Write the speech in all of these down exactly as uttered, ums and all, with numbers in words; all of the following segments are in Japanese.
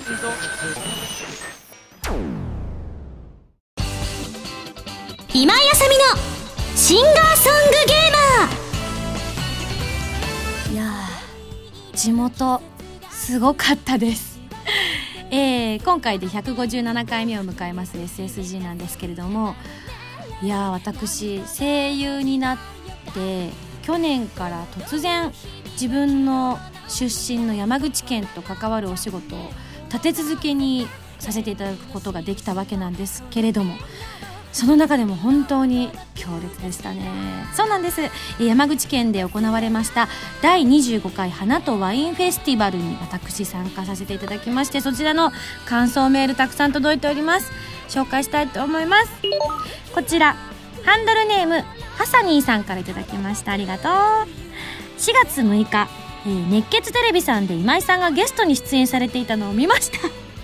今井あさみのシンガーソングゲーマー。いやー、地元すごかったです。えー、今回でひゃくごじゅうななかいめを迎えます エスエスジー なんですけれども、いやー、私声優になって去年から突然自分の出身の山口県と関わるお仕事を立て続けにさせていただくことができたわけなんですけれども、その中でも本当に強烈でしたね。そうなんです。山口県で行われましただいにじゅうごかい花とワインフェスティバルに私参加させていただきまして、そちらの感想メールたくさん届いております。紹介したいと思います。こちらハンドルネームハサニーさんからいただきました。ありがとう。しがつむいか、えー、熱血テレビさんで今井さんがゲストに出演されていたのを見ました。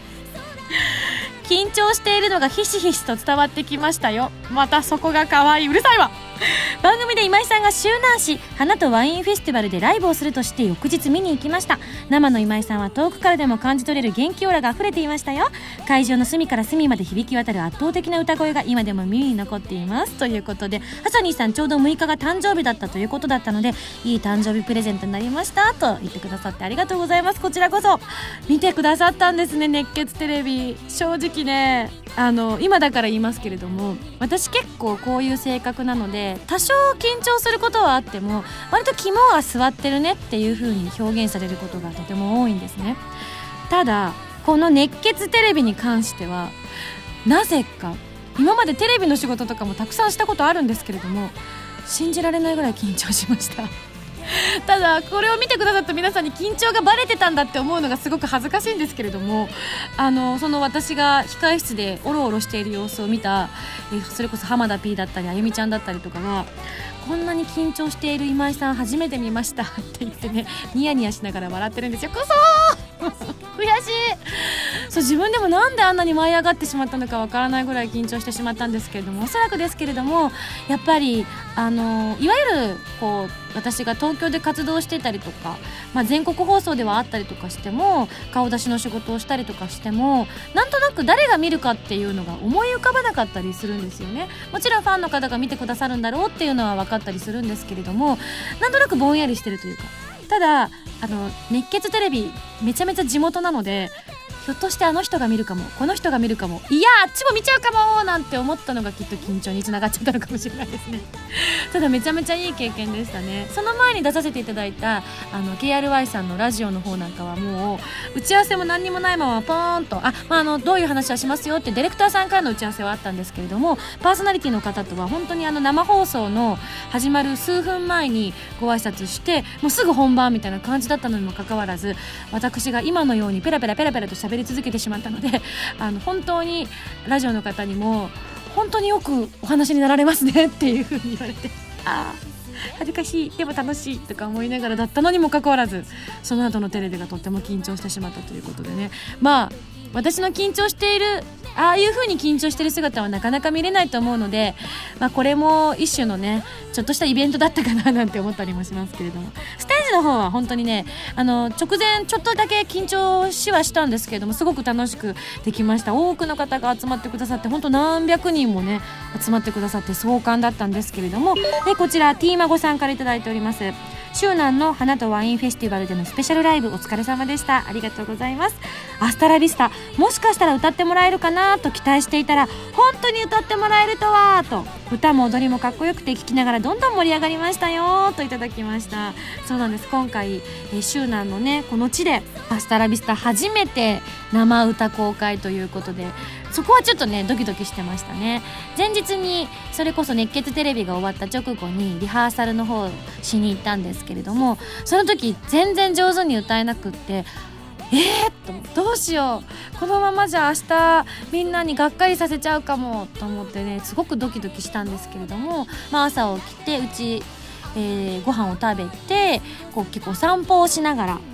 緊張しているのがひしひしと伝わってきましたよ。またそこが可愛い。うるさいわ。番組で今井さんが周南市花とワインフェスティバルでライブをするとして翌日見に行きました。生の今井さんは遠くからでも感じ取れる元気オーラが溢れていましたよ。会場の隅から隅まで響き渡る圧倒的な歌声が今でも耳に残っています。ということで、ハサニーさんちょうどむいかが誕生日だったということだったので、いい誕生日プレゼントになりましたと言ってくださってありがとうございます。こちらこそ見てくださったんですね、熱血テレビ。正直ね、あの今だから言いますけれども、私結構こういう性格なので、多少緊張することはあっても割と肝が据わってるねっていう風に表現されることがとても多いんですね。ただこの熱血テレビに関してはなぜか、今までテレビの仕事とかもたくさんしたことあるんですけれども、信じられないぐらい緊張しました。ただこれを見てくださった皆さんに緊張がバレてたんだって思うのがすごく恥ずかしいんですけれども、あのその私が控室でオロオロしている様子を見た、えそれこそ浜田 P だったりあゆみちゃんだったりとかが、こんなに緊張している今井さん初めて見ましたって言ってね、ニヤニヤしながら笑ってるんですよ。くそー悔しい。そう、自分でもなんであんなに舞い上がってしまったのかわからないぐらい緊張してしまったんですけれども、おそらくですけれども、やっぱりあのいわゆるこう私が東京で活動してたりとか、まあ、全国放送ではあったりとかしても、顔出しの仕事をしたりとかしても、なんとなく誰が見るかっていうのが思い浮かばなかったりするんですよね。もちろんファンの方が見てくださるんだろうっていうのは分かったりするんですけれども、なんとなくぼんやりしてるというか、ただあの熱血テレビめちゃめちゃ地元なので、ひょっとしてあの人が見るかも、この人が見るかも、いやあっちも見ちゃうかもなんて思ったのがきっと緊張につながっちゃったのかもしれないですね。ただめちゃめちゃいい経験でしたね。その前に出させていただいたあの ケーアールワイ さんのラジオの方なんかは、もう打ち合わせも何にもないままポーンとあ、まあ、あのどういう話はしますよってディレクターさんからの打ち合わせはあったんですけれども、パーソナリティの方とは本当にあの生放送の始まる数分前にご挨拶して、もうすぐ本番みたいな感じだったのにもかかわらず、私が今のようにペラペラペラペラと喋り続けてしまったので、あの本当にラジオの方にも本当によくお話になられますねっていう風に言われて、あー恥ずかしいでも楽しいとか思いながらだったのにもかかわらず、その後のテレビがとっても緊張してしまったということでね、まあ私の緊張している、ああいう風に緊張している姿はなかなか見れないと思うので、まあ、これも一種のねちょっとしたイベントだったかななんて思ったりもしますけれども、ステージの方は本当にね、あの直前ちょっとだけ緊張しはしたんですけれども、すごく楽しくできました。多くの方が集まってくださって、本当何百人もね集まってくださって壮観だったんですけれども、でこちらティーマゴさんからいただいております。周南の花とワインフェスティバルでのスペシャルライブお疲れ様でした。ありがとうございます。アスタラビスタ、もしかしたら歌ってもらえるかなと期待していたら、本当に歌ってもらえるとはと、歌も踊りもかっこよくて聴きながらどんどん盛り上がりましたよといただきました。そうなんです。今回、えー、周南のねこの地でアスタラビスタ初めて生歌公開ということで、そこはちょっとねドキドキしてましたね。前日にそれこそ熱血テレビが終わった直後にリハーサルの方しに行ったんですけれども、その時全然上手に歌えなくって、えー、とどうしよう、このままじゃ明日みんなにがっかりさせちゃうかもと思ってね、すごくドキドキしたんですけれども、まあ、朝起きてうち、えー、ご飯を食べてこう結構散歩をしながら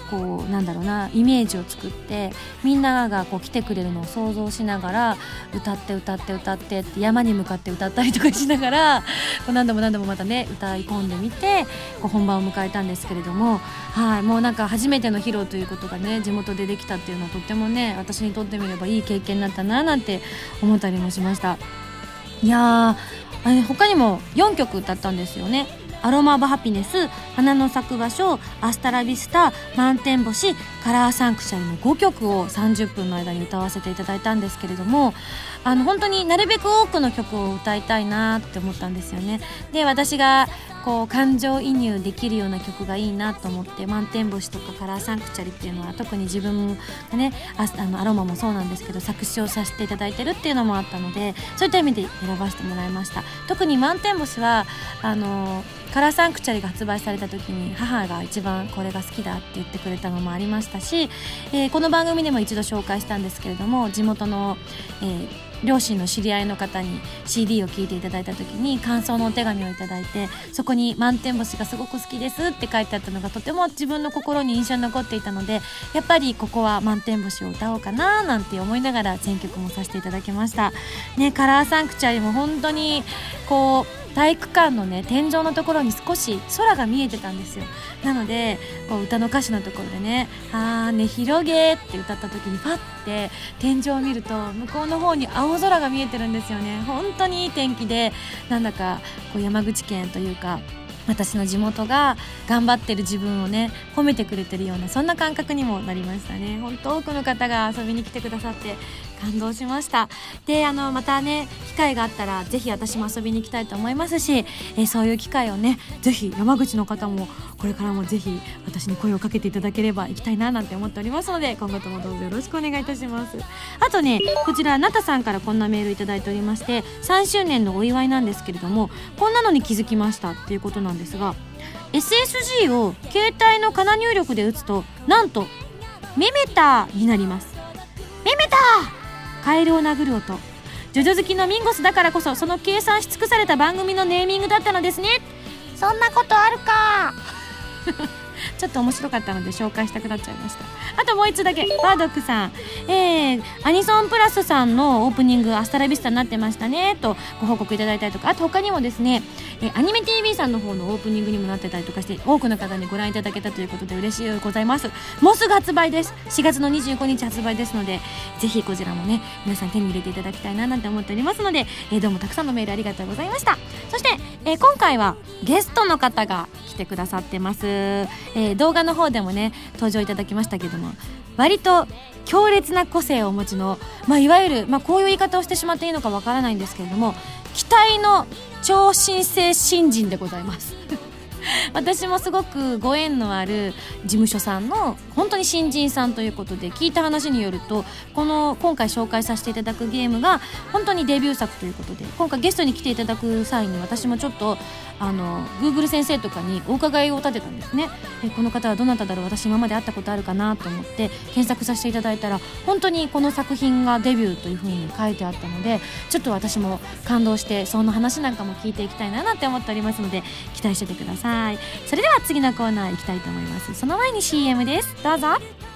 こうなんだろうなイメージを作って、みんながこう来てくれるのを想像しながら歌って歌って歌ってって山に向かって歌ったりとかしながらこう何度も何度もまたね歌い込んでみてこう本番を迎えたんですけれども、はい、もうなんか初めての披露ということがね地元でできたっていうのはとってもね私にとってみればいい経験になったななんて思ったりもしました。いやー他にもよんきょく歌ったんですよね。アロマオブハピネス、花の咲く場所、アスタラビスタ、満天星、カラーサンクシャリのごきょくをさんじゅっぷんの間に歌わせていただいたんですけれども、あの本当になるべく多くの曲を歌いたいなって思ったんですよね。で私がこう感情移入できるような曲がいいなと思って、満天星とかカラーサンクチャリっていうのは特に自分がね あ, あのアロマもそうなんですけど作詞をさせていただいてるっていうのもあったので、そういった意味で選ばせてもらいました。特に満天星はあのカラーサンクチャリが発売された時に母が一番これが好きだって言ってくれたのもありましたし、えー、この番組でも一度紹介したんですけれども、地元の、えー両親の知り合いの方に シーディー を聴いていただいた時に感想のお手紙をいただいて、そこに満天星がすごく好きですって書いてあったのがとても自分の心に印象に残っていたので、やっぱりここは満天星を歌おうかななんて思いながら選曲もさせていただきましたね。カラーサンクチャリも本当にこう体育館のね天井のところに少し空が見えてたんですよ。なのでこう歌の歌詞のところでねあーね広げって歌った時にパッて天井を見ると向こうの方に青空が見えてるんですよね。本当にいい天気で、なんだかこう山口県というか私の地元が頑張ってる自分をね褒めてくれてるようなそんな感覚にもなりましたね。本当多くの方が遊びに来てくださって感動しました。であのまたね機会があったらぜひ私も遊びに行きたいと思いますし、えー、そういう機会をねぜひ山口の方もこれからもぜひ私に声をかけていただければ行きたいななんて思っておりますので、今後ともどうぞよろしくお願いいたします。あとねこちらなたさんからこんなメールいただいておりまして、さんしゅうねんのお祝いなんですけれども、こんなのに気づきましたっていうことなんですが、 エスエスジー を携帯のかな入力で打つとなんとメメターになります。メメター、カエルを殴る音。ジョジョ好きのミンゴスだからこそその計算し尽くされた番組のネーミングだったのですね。そんなことあるかちょっと面白かったので紹介したくなっちゃいました。あともう一つだけ、バードックさん、えー、アニソンプラスさんのオープニングアスタラビスタになってましたねとご報告いただいたりとか、あと他にもですね、えー、アニメ ティーブイ さんの方のオープニングにもなってたりとかして多くの方にご覧いただけたということで嬉しいございます。もうすぐ発売です。しがつのにじゅうごにち発売ですので、ぜひこちらもね皆さん手に入れていただきたいななんて思っておりますので、えー、どうもたくさんのメールありがとうございました。そして、えー、今回はゲストの方が来てくださってます。えー、動画の方でもね登場いただきましたけども、割と強烈な個性をお持ちの、まあ、いわゆる、まあ、こういう言い方をしてしまっていいのかわからないんですけれども、期待の超新星新人でございます私もすごくご縁のある事務所さんの本当に新人さんということで、聞いた話によるとこの今回紹介させていただくゲームが本当にデビュー作ということで、今回ゲストに来ていただく際に私もちょっとあの Google 先生とかにお伺いを立てたんですね。えこの方はどなただろう、私今まで会ったことあるかなと思って検索させていただいたら、本当にこの作品がデビューというふうに書いてあったので、ちょっと私も感動してその話なんかも聞いていきたいななんて思っておりますので期待しててください。それでは次のコーナー行きたいと思います。その前に シーエム です。どうぞ。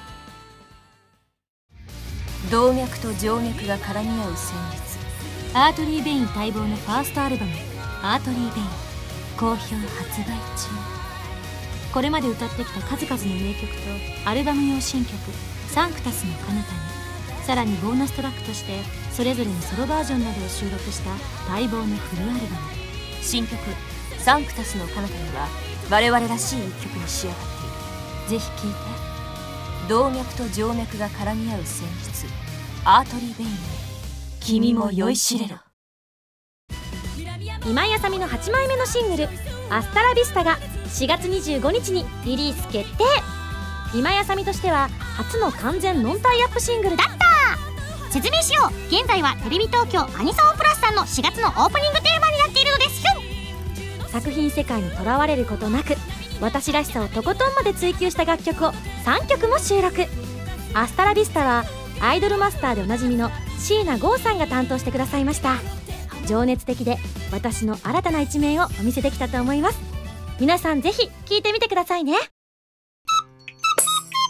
動脈と静脈が絡み合う旋律、 アートリー・ベイン待望のファーストアルバムアートリー・ベイン好評発売中。これまで歌ってきた数々の名曲とアルバム用新曲サンクタスの彼方に、さらにボーナストラックとしてそれぞれのソロバージョンなどを収録した待望のフルアルバム。 新曲サンクタスの彼方には我々らしい一曲に仕上がっている。ぜひ聴いて。動脈と静脈が絡み合う旋律、アートリー・ベイン、君も酔いしれろ。 今井あさみのはちまいめのシングルアスタラビスタがしがつにじゅうごにちにリリース決定。今井あさみとしては初の完全ノンタイアップシングルだった。説明しよう。現在はテレビ東京アニソンプラスさんのしがつのオープニングテーマになっているのですよ。作品世界にとらわれることなく私らしさをとことんまで追求した楽曲をさんきょくも収録。アスタラビスタはアイドルマスターでおなじみの椎名剛さんが担当してくださいました。情熱的で私の新たな一面をお見せできたと思います。皆さんぜひ聴いてみてくださいね。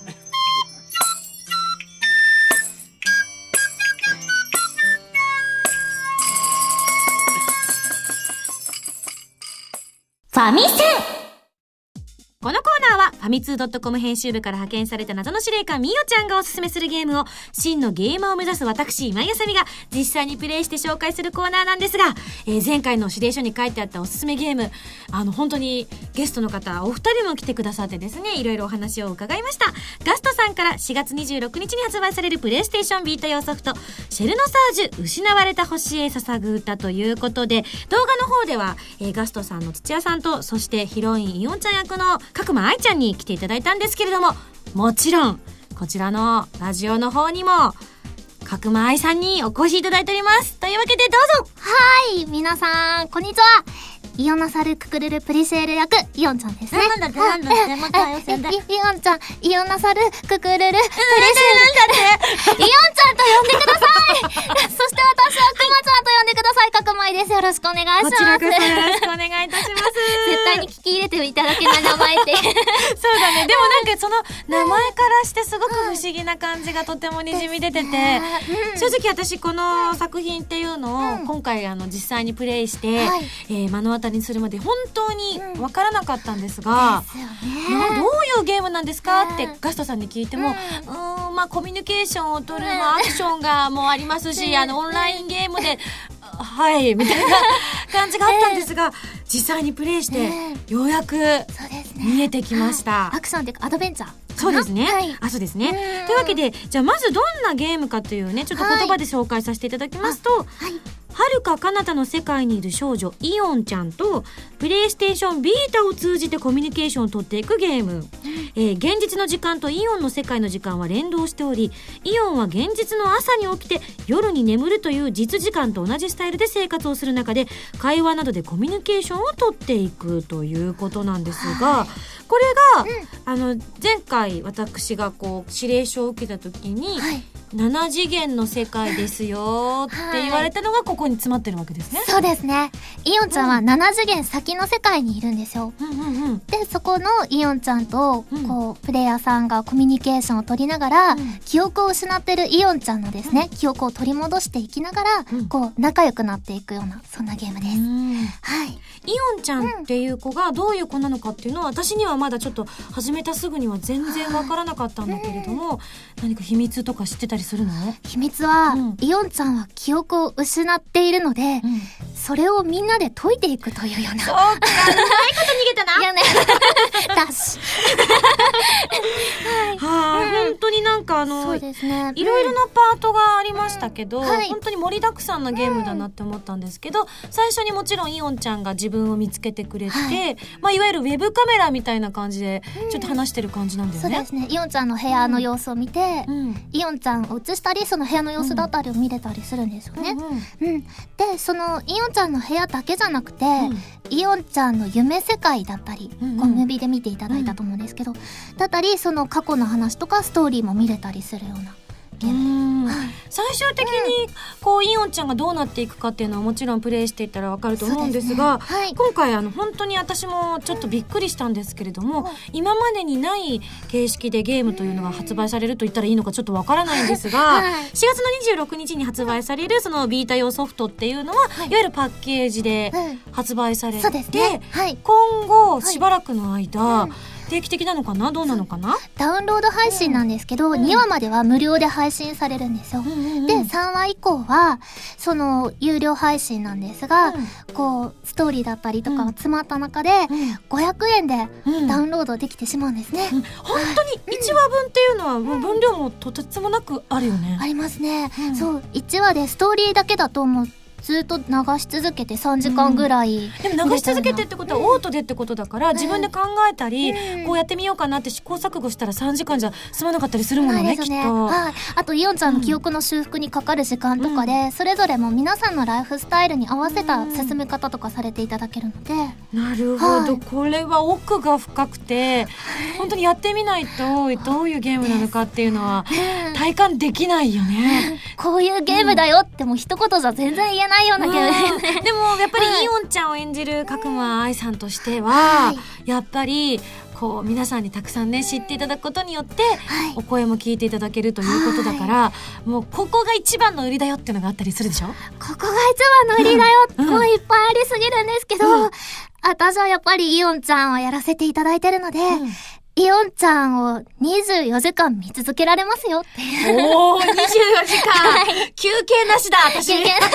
ァミセン。このコーナーはファミツー .com 編集部から派遣された謎の司令官みおちゃんがおすすめするゲームを真のゲーマーを目指す私今井あさみが実際にプレイして紹介するコーナーなんですが、えー、前回の指令書に書いてあったおすすめゲーム、あの本当にゲストの方お二人も来てくださってですね、いろいろお話を伺いました。ガストさんからしがつにじゅうろくにちに発売されるプレイステーションビータ用ソフトシェルノサージュ失われた星へ捧ぐ歌ということで、動画の方では、えー、ガストさんの土屋さんと、そしてヒロインイオンちゃん役の角間愛ちゃんに来ていただいたんですけれども、もちろんこちらのラジオの方にも角間愛さんにお越しいただいております。というわけでどうぞ。 はい、皆さんこんにちは。イオナサルククルルプリシェール役イオンちゃんですね。 なんだってなんだってまた寄せんだ。 イオンちゃん、イオナサルククルルプリシェール役イオンちゃんと呼んでください。そして私はクマちゃんと呼んでください。角舞です。よろしくお願いします。 こちらこそよろしくお願いいたします。 絶対に聞き入れていただけない名前ってそうだね。でもなんかその名前からしてすごく不思議な感じがとてもにじみ出てて、うん、正直私この作品っていうのを今回あの実際にプレイして、はい、えー、目の当たりにするまで本当に分からなかったんですが、うん、どういうゲームなんですかってガストさんに聞いても、うん、うーんまあコミュニケーションを取る、まあ、アクションがもうありますし、あのオンラインゲームではいみたいな感じがあったんですが、実際にプレイしてようやく見えてきました。 アクションっていうかアドベンチャー。 そうですね、はい、あそうですね。というわけで、じゃあまずどんなゲームかというね、ちょっと言葉で紹介させていただきますと、はい遥か彼方の世界にいる少女イオンちゃんとプレイステーションビータを通じてコミュニケーションを取っていくゲーム、えー、現実の時間とイオンの世界の時間は連動しており、イオンは現実の朝に起きて夜に眠るという実時間と同じスタイルで生活をする中で会話などでコミュニケーションを取っていくということなんですが、これが、うん、あの前回私がこう指令書を受けた時に、はい、なな次元の世界ですよって言われたのがここに詰まってるわけですね。 そうですね。イオンちゃんはなな次元先の世界にいるんですよ、うんうんうん、でそこのイオンちゃんとこう、うん、プレイヤーさんがコミュニケーションを取りながら、うん、記憶を失ってるイオンちゃんのですね、うん、記憶を取り戻していきながら、うん、こう仲良くなっていくようなそんなゲームです、うん、はい。 イオンちゃんっていう子がどういう子なのかっていうのは私にはまだちょっと始めたすぐには全然わからなかったんだけれども、うん、何か秘密とか知ってたりするの？ 秘密は、うん、イオンちゃんは記憶を失っているので、うん、それをみんなで解いていくというような。そうか、うまいこと逃げたな。いやねダッシュはい、はあ、うん、 本当になんかあの、 そうですね、 いろいろなパートがありましたけど、うんはい、本当に盛りだくさんなゲームだなって思ったんですけど、最初にもちろんイオンちゃんが自分を見つけてくれて、はいまあ、いわゆるウェブカメラみたいな感じでちょっと話してる感じなんだよね、 うん、そうですね。イオンちゃんの部屋の様子を見て、うん、イオンちゃんを映したりその部屋の様子だったりを見れたりするんですよね、うんうんうん、でそのイオンちゃんの部屋だけじゃなくて、うん、イオンちゃんの夢世界だったり、うんうん、こうムービーで見ていただいたと思うんですけど、うん、だったりその過去の話とかストーリーも見れたりするようなゲーム、はい、最終的にこうイオンちゃんがどうなっていくかっていうのはもちろんプレイしていったら分かると思うんですが、ですねはい、今回あの本当に私もちょっとびっくりしたんですけれども、うん、今までにない形式でゲームというのが発売されると言ったらいいのかちょっと分からないんですが、はい、しがつのにじゅうろくにちに発売されるそのビータ用ソフトっていうのは、はい、いわゆるパッケージで発売されて、うんねはい、今後しばらくの間、はいうん定期的なのかなどうなのかな。 ダウンロード配信なんですけど、うん、にわまでは無料で配信されるんですよ、うんうんうん、でさんわ以降はその有料配信なんですが、うん、こうストーリーだったりとかが詰まった中で、うん、ごひゃくえんでダウンロードできてしまうんですね、うんうん、 本当にいちわぶんっていうのはもう分量もとてつもなくあるよね、 うん、ありますね、うん、そういちわでストーリーだけだと思うずっと流し続けてさんじかんぐらい、 うん、でも流し続けてってことはオートでってことだから、うん、自分で考えたり、うん、こうやってみようかなって試行錯誤したらさんじかんじゃ済まなかったりするものね、きっと、 はい、あとイオンちゃんの記憶の修復にかかる時間とかで、うん、それぞれも皆さんのライフスタイルに合わせた進め方とかされていただけるので、 うん、なるほど、はい、これは奥が深くて本当にやってみないとどういうゲームなのかっていうのは体感できないよね、 うん、こういうゲームだよってもう一言じゃ全然言えないようなゲーム、うんでもやっぱりイオンちゃんを演じる角間愛さんとしては、はい、やっぱりこう皆さんにたくさんね知っていただくことによって、 はい、 お声も聞いていただけるということだから、はい、もうここが一番の売りだよっていうのがあったりするでしょ。 ここが一番の売りだよ、うん、もういっぱいありすぎるんですけど、うん、私はやっぱりイオンちゃんをやらせていただいてるので、うん、イオンちゃんをにじゅうよじかん見続けられますよっていう。 おー、にじゅうよじかん、はい、休憩なしだ、私。休憩あ、でもそういう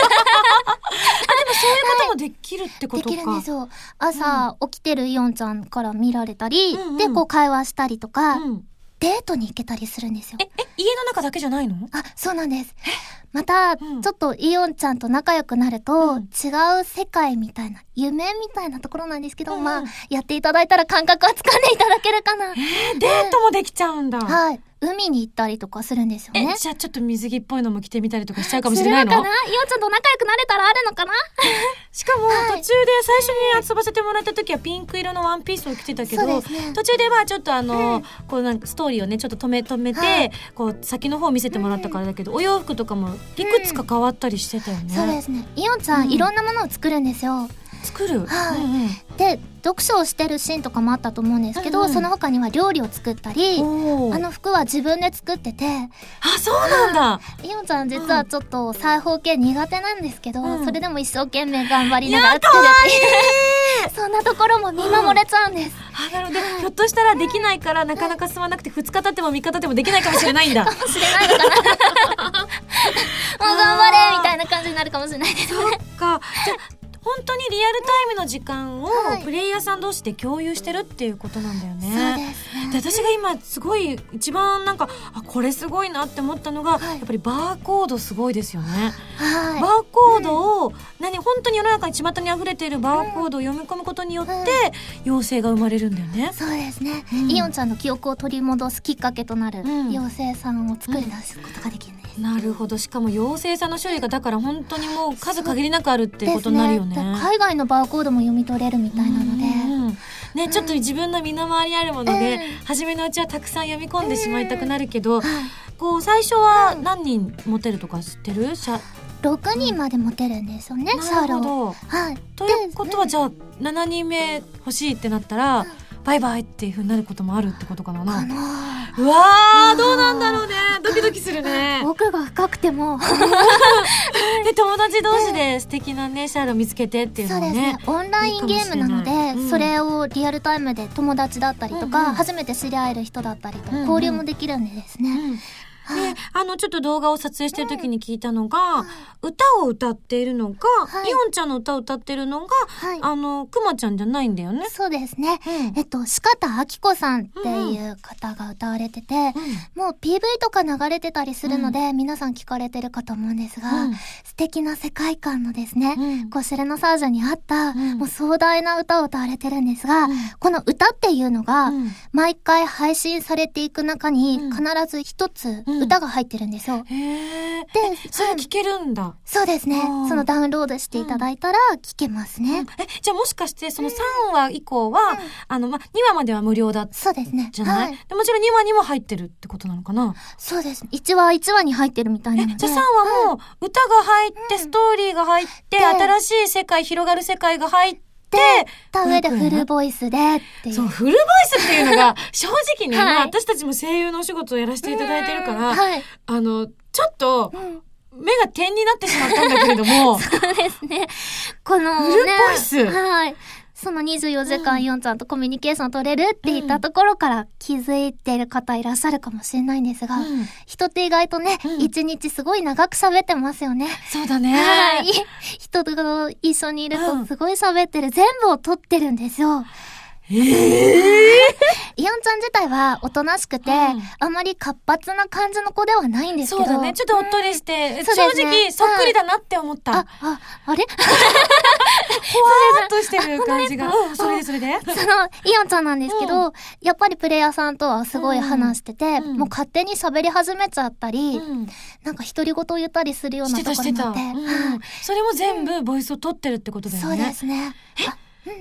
こともできるってことか。 できるんですよ。朝、うん、起きてるイオンちゃんから見られたり、うんうん、で、こう会話したりとか、うん、デートに行けたりするんですよ。 え、え、家の中だけじゃないの？ あ、そうなんです。また、うん、ちょっとイオンちゃんと仲良くなると、うん、違う世界みたいな、夢みたいなところなんですけど、うん、まあ、やっていただいたら感覚はつかんでいただけるかな。 えー、デートもできちゃうんだ。 はい。海に行ったりとかするんですよね。 え、じゃあちょっと水着っぽいのも着てみたりとかしちゃうかもしれないの？ するのかな？イオンちゃんと仲良くなれたらあるのかな？ しかも、はい、途中で最初に遊ばせてもらった時はピンク色のワンピースを着てたけど、ね、途中でまあちょっとあの、うん、こうなんかストーリーをねちょっと止め止めて、はい、こう先の方見せてもらったからだけど、うん、お洋服とかもいくつか変わったりしてたよね。 うん、そうですね。イオンちゃん、うん、いろんなものを作るんですよ。 作る、 はい、うんうん、で読書をしてるシーンとかもあったと思うんですけど、うんうん、その他には料理を作ったり、あの服は自分で作ってて。 あ、そうなんだ。 イオンちゃん実はちょっと裁縫系苦手なんですけど、うん、それでも一生懸命頑張りながら作るっていうそんなところも見守れちゃうんです。 あ、なるほど。ひょっとしたらできないからなかなか進まなくてふつか経ってもみっか経ってもできないかもしれないんだ。 かもしれないのかな。もう頑張れみたいな感じになるかもしれないですね。 そっか。じゃ本当にリアルタイムの時間をプレイヤーさん同士で共有してるっていうことなんだよね。 そうですね。 で、私が今すごい一番なんかあこれすごいなって思ったのが、はい、やっぱりバーコードすごいですよね。はい、バーコードを、うん、何本当に世の中に巷に溢れているバーコードを読み込むことによって、うん、妖精が生まれるんだよね。 そうですね。うん、イオンちゃんの記憶を取り戻すきっかけとなる妖精さんを作り出すことができるんです。 なるほど。しかも妖精さんの種類がだから本当にもう数限りなくあるっていうことになるよね。 海外のバーコードも読み取れるみたいなので、 うんうんね、ちょっと自分の身の回りにあるもので、うん、初めのうちはたくさん読み込んでしまいたくなるけど、うん、こう最初は何人持てるとか知ってる？シャろくにんまで持てるんですよね、うん、シャーロを。 はい。ということはじゃあしちにんめ欲しいってなったら、うん、バイバイっていう風になることもあるってことかな。 あのー、 うわー、どうなんだろうね。ドキドキするね。 奥が深くてもで、友達同士で素敵なねシャーロ見つけてっていうのもね。 そうですね。オンラインゲームなので、うん、それをリアルタイムで友達だったりとか、うんうん、初めて知り合える人だったりとか、うんうん、交流もできるんでですね。うんで、あのちょっと動画を撮影してる時に聞いたのが、うん、歌を歌っているのが、はい、イオンちゃんの歌を歌ってるのが、はい、あのくまちゃんじゃないんだよね。 そうですね、うん、えっと四方明子さんっていう方が歌われてて、うん、もう ピーブイ とか流れてたりするので、うん、皆さん聞かれてるかと思うんですが、うん、素敵な世界観のですね、うん、こうシレノサージャにあった、うん、もう壮大な歌を歌われてるんですが、うん、この歌っていうのが、うん、毎回配信されていく中に必ず一つ、うん歌が入ってるんですよ。 へー。で、それ聞けるんだ。 そうですね。そのダウンロードしていただいたら聞けますね。うんうん、 え、じゃあもしかしてそのさんわ以降は、うん、あの、ま、にわまでは無料だ。 そうですね。 じゃない、はい、でもちろんにわにも入ってるってことなのかな？ そうですね。いちわいちわに入ってるみたいなので。 じゃあさんわも歌が入って、うん、ストーリーが入って、新しい世界、広がる世界が入って、で、 た上でフルボイスでっていう。 そう、フルボイスっていうのが、正直ね、はい、私たちも声優のお仕事をやらせていただいてるから、はい、あの、ちょっと、うん、目が点になってしまったんだけれども。 そうですね。この、ね、 フルボイス。 はい。そのにじゅうよじかんイオンちゃんとコミュニケーション取れるって言ったところから気づいてる方いらっしゃるかもしれないんですが、うん、人って意外とね、うん、一日すごい長く喋ってますよね。 そうだね。 はい。人と一緒にいるとすごい喋ってる、うん、全部を撮ってるんですよ。 えー、イオンちゃん自体はおとなしくて、うん、あまり活発な感じの子ではないんですけど。 そうだね。ちょっとおっとりして、うん、正直そっくりだなって思った。 はい、あ、あ、あれほわーっとしてる感じが。うん、それでそれで。 その、イオンちゃんなんですけど、うん、やっぱりプレイヤーさんとはすごい話してて、うん、もう勝手に喋り始めちゃったり、うん、なんか独り言言ったりするようなところもあって。 してたしてた。うん、それも全部ボイスを取ってるってことだよね。 そうですね。 え、うん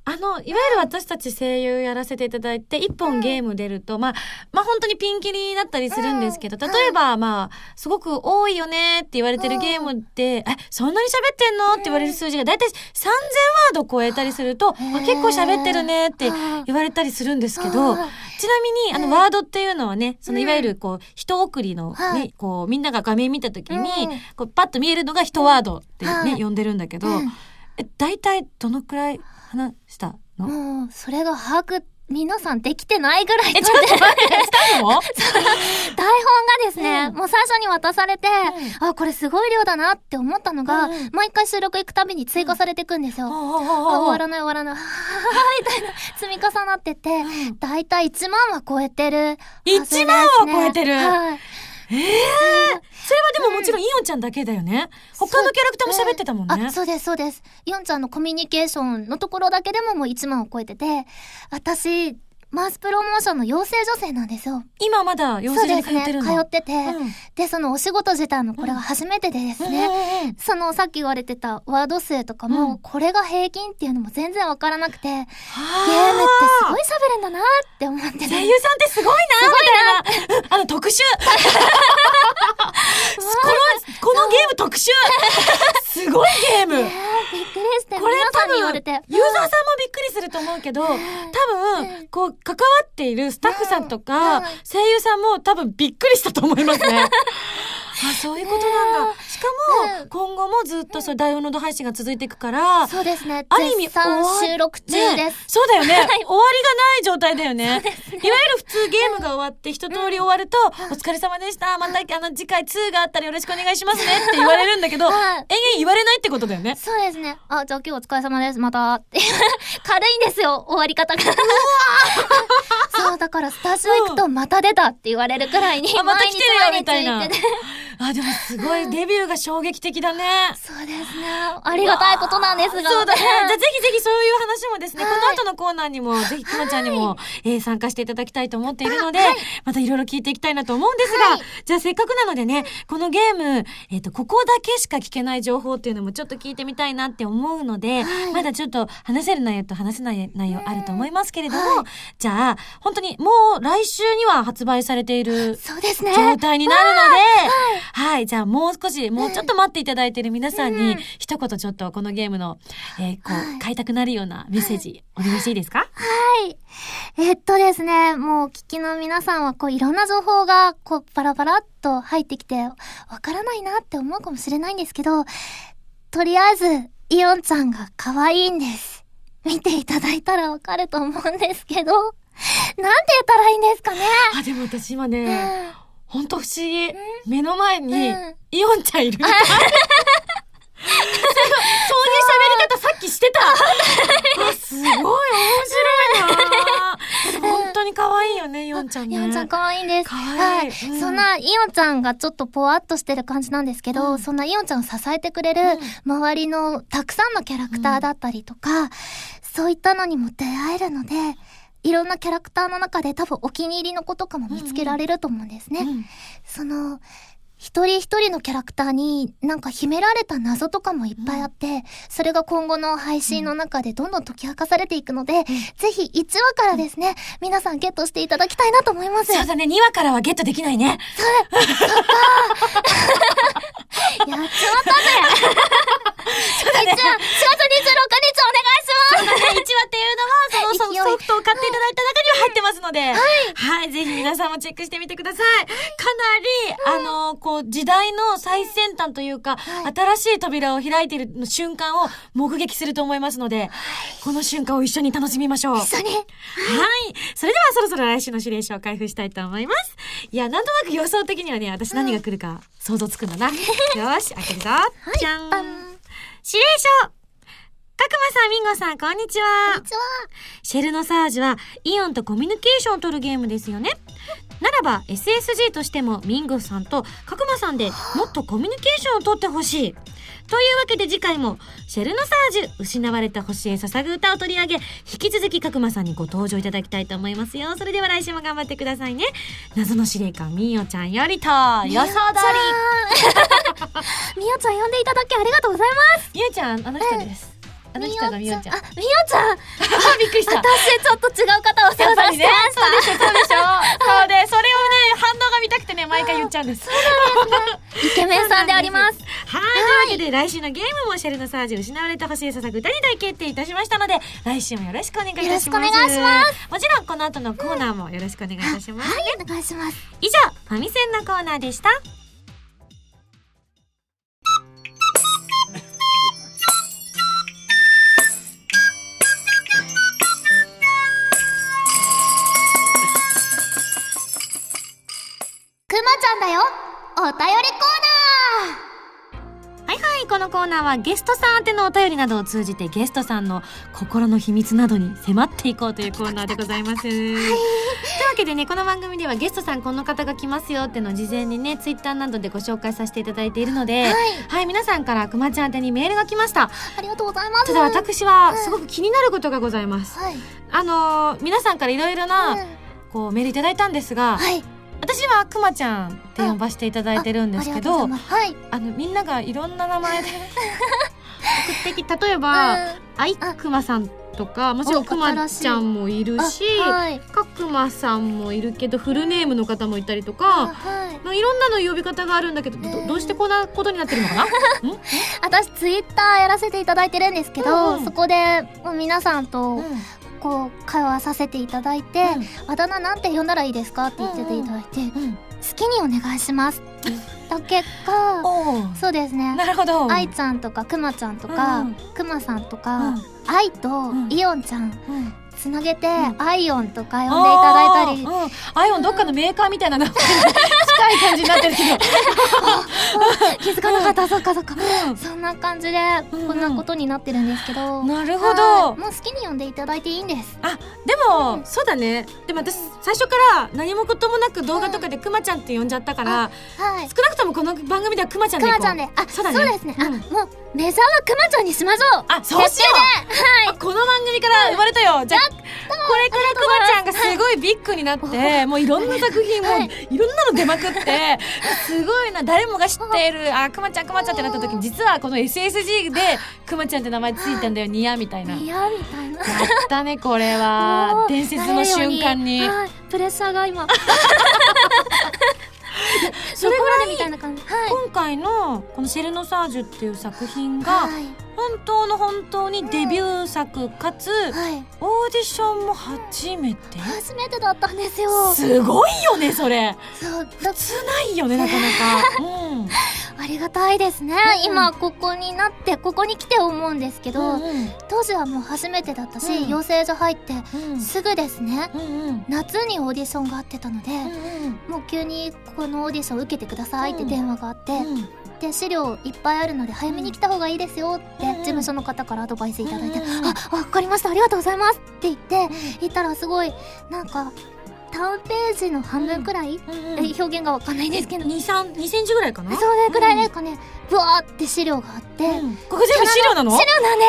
あの、いわゆる私たち声優やらせていただいて、一本ゲーム出ると、うん、まあ、まあ本当にピンキリだったりするんですけど、うん、例えば、まあ、すごく多いよねって言われてるゲームで、うん、え、そんなに喋ってんのって言われる数字がだいたいさんぜんワード超えたりすると、あ、結構喋ってるねって言われたりするんですけど、ちなみに、あの、ワードっていうのはね、そのいわゆる、こう、一送りのね、こう、みんなが画面見たときに、こう、パッと見えるのが一ワードってね、呼んでるんだけど、え、大体どのくらい話したの？ もう、それが把握、皆さんできてないぐらい。 え、ちょっと待って、したの？台本がですね、うん、もう最初に渡されて、うん、あ、これすごい量だなって思ったのが、うん、毎回収録行くたびに追加されていくんですよ。うん、あ、終わらない終わらない、はぁみたいな積み重なってて、うん、だいたいいちまんは超えてる、ね。 いちまんは超えてる、はい、ええー、それはでももちろんイオンちゃんだけだよね。他のキャラクターも喋ってたもんね。 あ、そうですそうです。イオンちゃんのコミュニケーションのところだけでももういちまんを超えてて、私マースプロモーションの養成女性なんですよ。 今まだ養成所に通ってるの？ そうですね、通ってて、うん、でそのお仕事自体もこれは初めてでですね、うん、そのさっき言われてたワード数とかも、うん、これが平均っていうのも全然わからなくて、ゲームってすごい喋るんだなって思って、ね、 声優さんってすごいなみたいな、あの特殊このこのゲーム特殊すごいゲーム、 ね、びっくりしてこれ皆さんに言われて、 ユーザーさんもびっくりすると思うけど、多分こう関わっているスタッフさんとか、声優さんも多分びっくりしたと思いますね。あ、そういうことなんだ。しかも、今後もずっとそうダウンロード配信が続いていくから、 そうですね。 ある意味、 絶賛収録中です。 ね、そうだよね。終わりがない状態だよね。いわゆる普通ゲームが終わって一通り終わると、お疲れ様でした。またあの次回ツーがあったらよろしくお願いしますねって言われるんだど、延々言われないってことだよね。 そうですね。あ、じゃあ今日お疲れ様です。また。軽いんですよ、終わり方が。そう、だからスタジオ行くとまた出たって言われるくらいに。 あ、また来てるよみたいな。あ、でもすごいデビューが衝撃的だね。 そうですね。ありがたいことなんですが。 そうだね。じゃあぜひぜひそういう話もですね、この後のコーナーにもぜひくまちゃんにも、えー、参加していただきたいと思っているので、またいろいろ聞いていきたいなと思うんですが、じゃあせっかくなのでね、このゲーム、えっと、ここだけしか聞けない情報っていうのもちょっと聞いてみたいなって思うので、まだちょっと話せる内容と話せない内容あると思いますけれども、じゃあ、本当にもう来週には発売されている状態になるので、はい、じゃあもう少し、もうちょっと待っていただいている皆さんに、一言ちょっとこのゲームの、えー、こう、買いたくなるようなメッセージ、お願いしていいですか？ はい。えっとですね、もう聞きの皆さんは、こう、いろんな情報が、こう、パラパラっと入ってきて、わからないなって思うかもしれないんですけど、とりあえず、イオンちゃんが可愛いんです。見ていただいたらわかると思うんですけど、なんて言ったらいいんですかね。 あ、でも私今ね、うん、ほんと不思議。目の前に、イオンちゃんいるみたい。そういう喋り方さっきしてた。すごい面白いな。本当に可愛いよね、イオンちゃんね。 イオンちゃん可愛いんです。 可愛い。 はい。うん、そんなイオンちゃんがちょっとポワッとしてる感じなんですけど、うん、そんなイオンちゃんを支えてくれる周りのたくさんのキャラクターだったりとか、うん、そういったのにも出会えるので、いろんなキャラクターの中で多分お気に入りの子とかも見つけられると思うんですね。うんうん、その、一人一人のキャラクターになんか秘められた謎とかもいっぱいあって、うん、それが今後の配信の中でどんどん解き明かされていくので、うん、ぜひいちわからですね、うん、皆さんゲットしていただきたいなと思います。 そうだね、にわからはゲットできないね。 それ、そっかー。やっちまったぜ。 そうだね。しがつにじゅうろくにちお願いします。そうだね、いちわっていうのは、そのソフトを買っていただいた中には入ってますので、はい。はい、ぜひ皆さんもチェックしてみてください。かなり、あの、こう、時代の最先端というか、はい、新しい扉を開いている瞬間を目撃すると思いますので、はい、この瞬間を一緒に楽しみましょう。 一緒に。はい。 それではそろそろ来週の指令書を開封したいと思います。いや、なんとなく予想的にはね、私何が来るか想像つくんだな。うん、よし、開けるぞ。はい、じゃん。指令書角間さん、ミンゴさん、こんにちは。 こんにちは。 シェルノサージはイオンとコミュニケーションを取るゲームですよね。ならば エスエスジー としてもミンゴさんと角間さんでもっとコミュニケーションを取ってほしい。というわけで次回もシェルノサージュ失われた星へ捧ぐ歌を取り上げ、引き続き角間さんにご登場いただきたいと思いますよ。それでは来週も頑張ってくださいね。謎の司令官みおちゃんよりと予想通り。 みおちゃん呼んでいただきありがとうございます。 みおちゃん、あの人です。 あの人がみおちゃん。 あ、みおちゃん。 あ、びっくりした。 私ちょっと違う方を想像してました。 ね、そうでしょ、そうでしょ。そうで、それをね、反応が見たくてね、毎回言っちゃうんです。 そうなんですね。イケメンさんであります。 はい、というわけで来週のゲームもシェルノサージ失われてほしい捧ぐ歌に大決定いたしましたので、来週もよろしくお願いいたします。 よろしくお願いします。 もちろんこの後のコーナーもよろしくお願いいたします、ね。 はい、お願いします。 以上、ファミセンのコーナーでした。 くまちゃんだよ、お便りコーナー。はいはい、このコーナーはゲストさん宛てのお便りなどを通じてゲストさんの心の秘密などに迫っていこうというコーナーでございます。はい、というわけでね、この番組ではゲストさんこの方が来ますよっていうのを事前にねツイッターなどでご紹介させていただいているので、はい、はい、皆さんからくまちゃん宛てにメールが来ました。 ありがとうございます。 ただ私はすごく気になることがございます。はい、あのー、皆さんからいろいろな、うん、こうメールいただいたんですが、はい、私はくまちゃんって呼ばせていただいてるんですけど、あ、はい、あのみんながいろんな名前で送ってき、例えば、うん、あいくまさんとか、もちろんくまちゃんもいるし、はい、かくまさんもいるけどフルネームの方もいたりとか、はい、いろんなの呼び方があるんだけど、えー、ど, どうしてこんなことになってるのかな私ツイッターやらせていただいてるんですけど、うん、そこでもう皆さんと、うん、こう会話させていただいて、うん、あだ名なんて呼んだらいいですかって言ってていただいて、うんうん、好きにお願いしますって言った結果そうですね、 なるほど、 愛ちゃんとかくまちゃんとか、うん、くまさんとか、うん、愛とイオンちゃん、うん、つなげて、うん、アイオンとか呼んでいただいたり、うん、 アイオンどっかのメーカーみたいなの近い感じになってるけど気づかなかった、そっかそっか、うん、そんな感じでこんなことになってるんですけど、 うん、なるほど、 もう好きに呼んでいただいていいんです。 あ、でも、うん、そうだね。でも私最初から何もこともなく動画とかでくまちゃんって呼んじゃったから、はい、少なくともこの番組ではくまちゃんでいこう。 くまちゃんで、あ、そうだね、そうですね、うん、あ、もうメジャーはくまちゃんにしましょう。 あ、そうしよう。はい、この番組から生まれたよ。じゃあこれからくまちゃんがすごいビッグになって、はい、もういろんな作品も、はい、いろんなの出まくってすごいな、誰もが知っている、あ、くまちゃんくまちゃんってなった時に、実はこの エスエスジー でくまちゃんって名前ついたんだよ、ニヤみたいな。 ニヤみたいな。 やったね、これは伝説の瞬間に、 はい、プレッシャーが今それぐらいみたいな感じ、はい、 今回のこのシェルノサージュっていう作品が、はい、本当の本当にデビュー作かつ、うん、はい、オーディションも初めて初めてだったんですよ。 すごいよね、それ。 そう、 普通ないよね、なかなか、うん、 ありがたいですね、うん、今ここになってここに来て思うんですけど、うんうん、当時はもう初めてだったし、うん、養成所入って、うん、すぐですね、うんうん、夏にオーディションがあってたので、うんうん、もう急にこのオーディション受けてくださいって電話があって、うんうん、で資料いっぱいあるので早めに来た方がいいですよって事務所の方からアドバイスいただいて、うんうん、あ、わかりました、ありがとうございますって言って行ったら、すごいなんかタウンページの半分くらい、うんうん、表現がわかんないんですけど、 に、さん、にセンチぐらいかな、 それくらいですかね、ブワーって資料があって、うん、 ここ全部資料なの？ 資料なんです。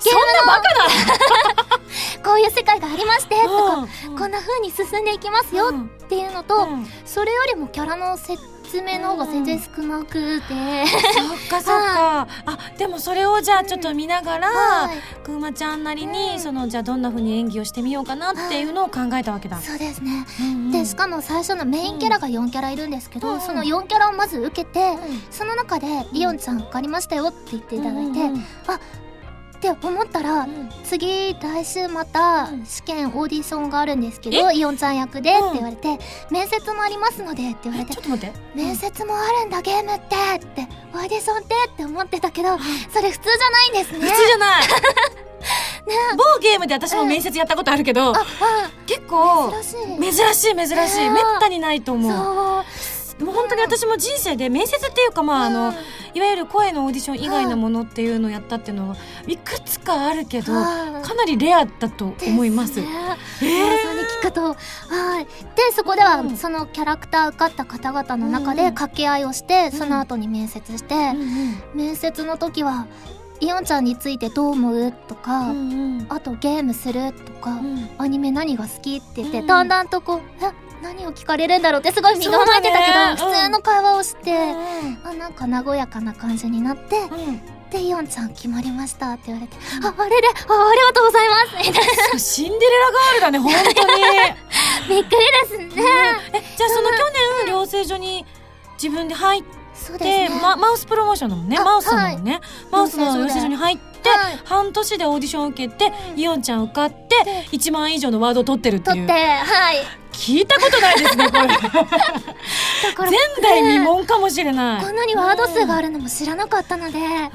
そんなバカなこういう世界がありましてとか、うん、こんな風に進んでいきますよっていうのと、うん、それよりもキャラの説明の方が全然少なくて、うん、そっかそっか、あ、でもそれをじゃあちょっと見ながら、うん、はい、くまちゃんなりに、うん、そのじゃあどんな風に演技をしてみようかなっていうのを考えたわけだ、 はい、そうですね、うんうん、でしかも最初のメインキャラがよんキャラいるんですけど、うん、そのよんキャラをまず受けて、うん、その中でイオンちゃん受かりましたよって言っていただいて、うんうん、あって思ったら、うん、次来週また試験オーディションがあるんですけど、イオンちゃん役でって言われて、うん、面接もありますのでって言われて、 ちょっと待って、 面接もあるんだ、ゲームってってオーディションってって思ってたけど、それ普通じゃないんですね。 普通じゃないね、某ゲームで私も面接やったことあるけど、うん、結構珍しい珍しい珍しい、めったにないと思う。そうもう本当に私も人生で面接っていうか、まあ、あのいわゆる声のオーディション以外のものっていうのをやったっていうのはいくつかあるけど、かなりレアだと思います。ですね、 えー、そうに聞くと、はい。でそこでは、うん、そのキャラクター受かった方々の中で掛け合いをして、うん、その後に面接して、うんうん、面接の時はイオンちゃんについてどう思うとか、うんうん、あとゲームするとか、うん、アニメ何が好きって言って、うん、だんだんとこうえ何を聞かれるんだろうってすごい身構えてたけど、ね、普通の会話をして、うん、あなんか和やかな感じになって、うん、 でイオンちゃん決まりましたって言われて、うん、ああれであありがとうございますみたいな。 シンデレラガールだね本当にびっくりですね、 うん、えじゃあその去年養成所に自分で入ってそうですね、 ま、マウスプロモーションだもんね。マウスだもんね、はい、マウスの養成所に入って、はい、半年でオーディションを受けて、うん、イオンちゃん受かっていちまん以上のワードを取ってるっていう。 取ってはい聞いたことないですねこれだから前代未聞かもしれない。 こんなにワード数があるのも知らなかったので、うん、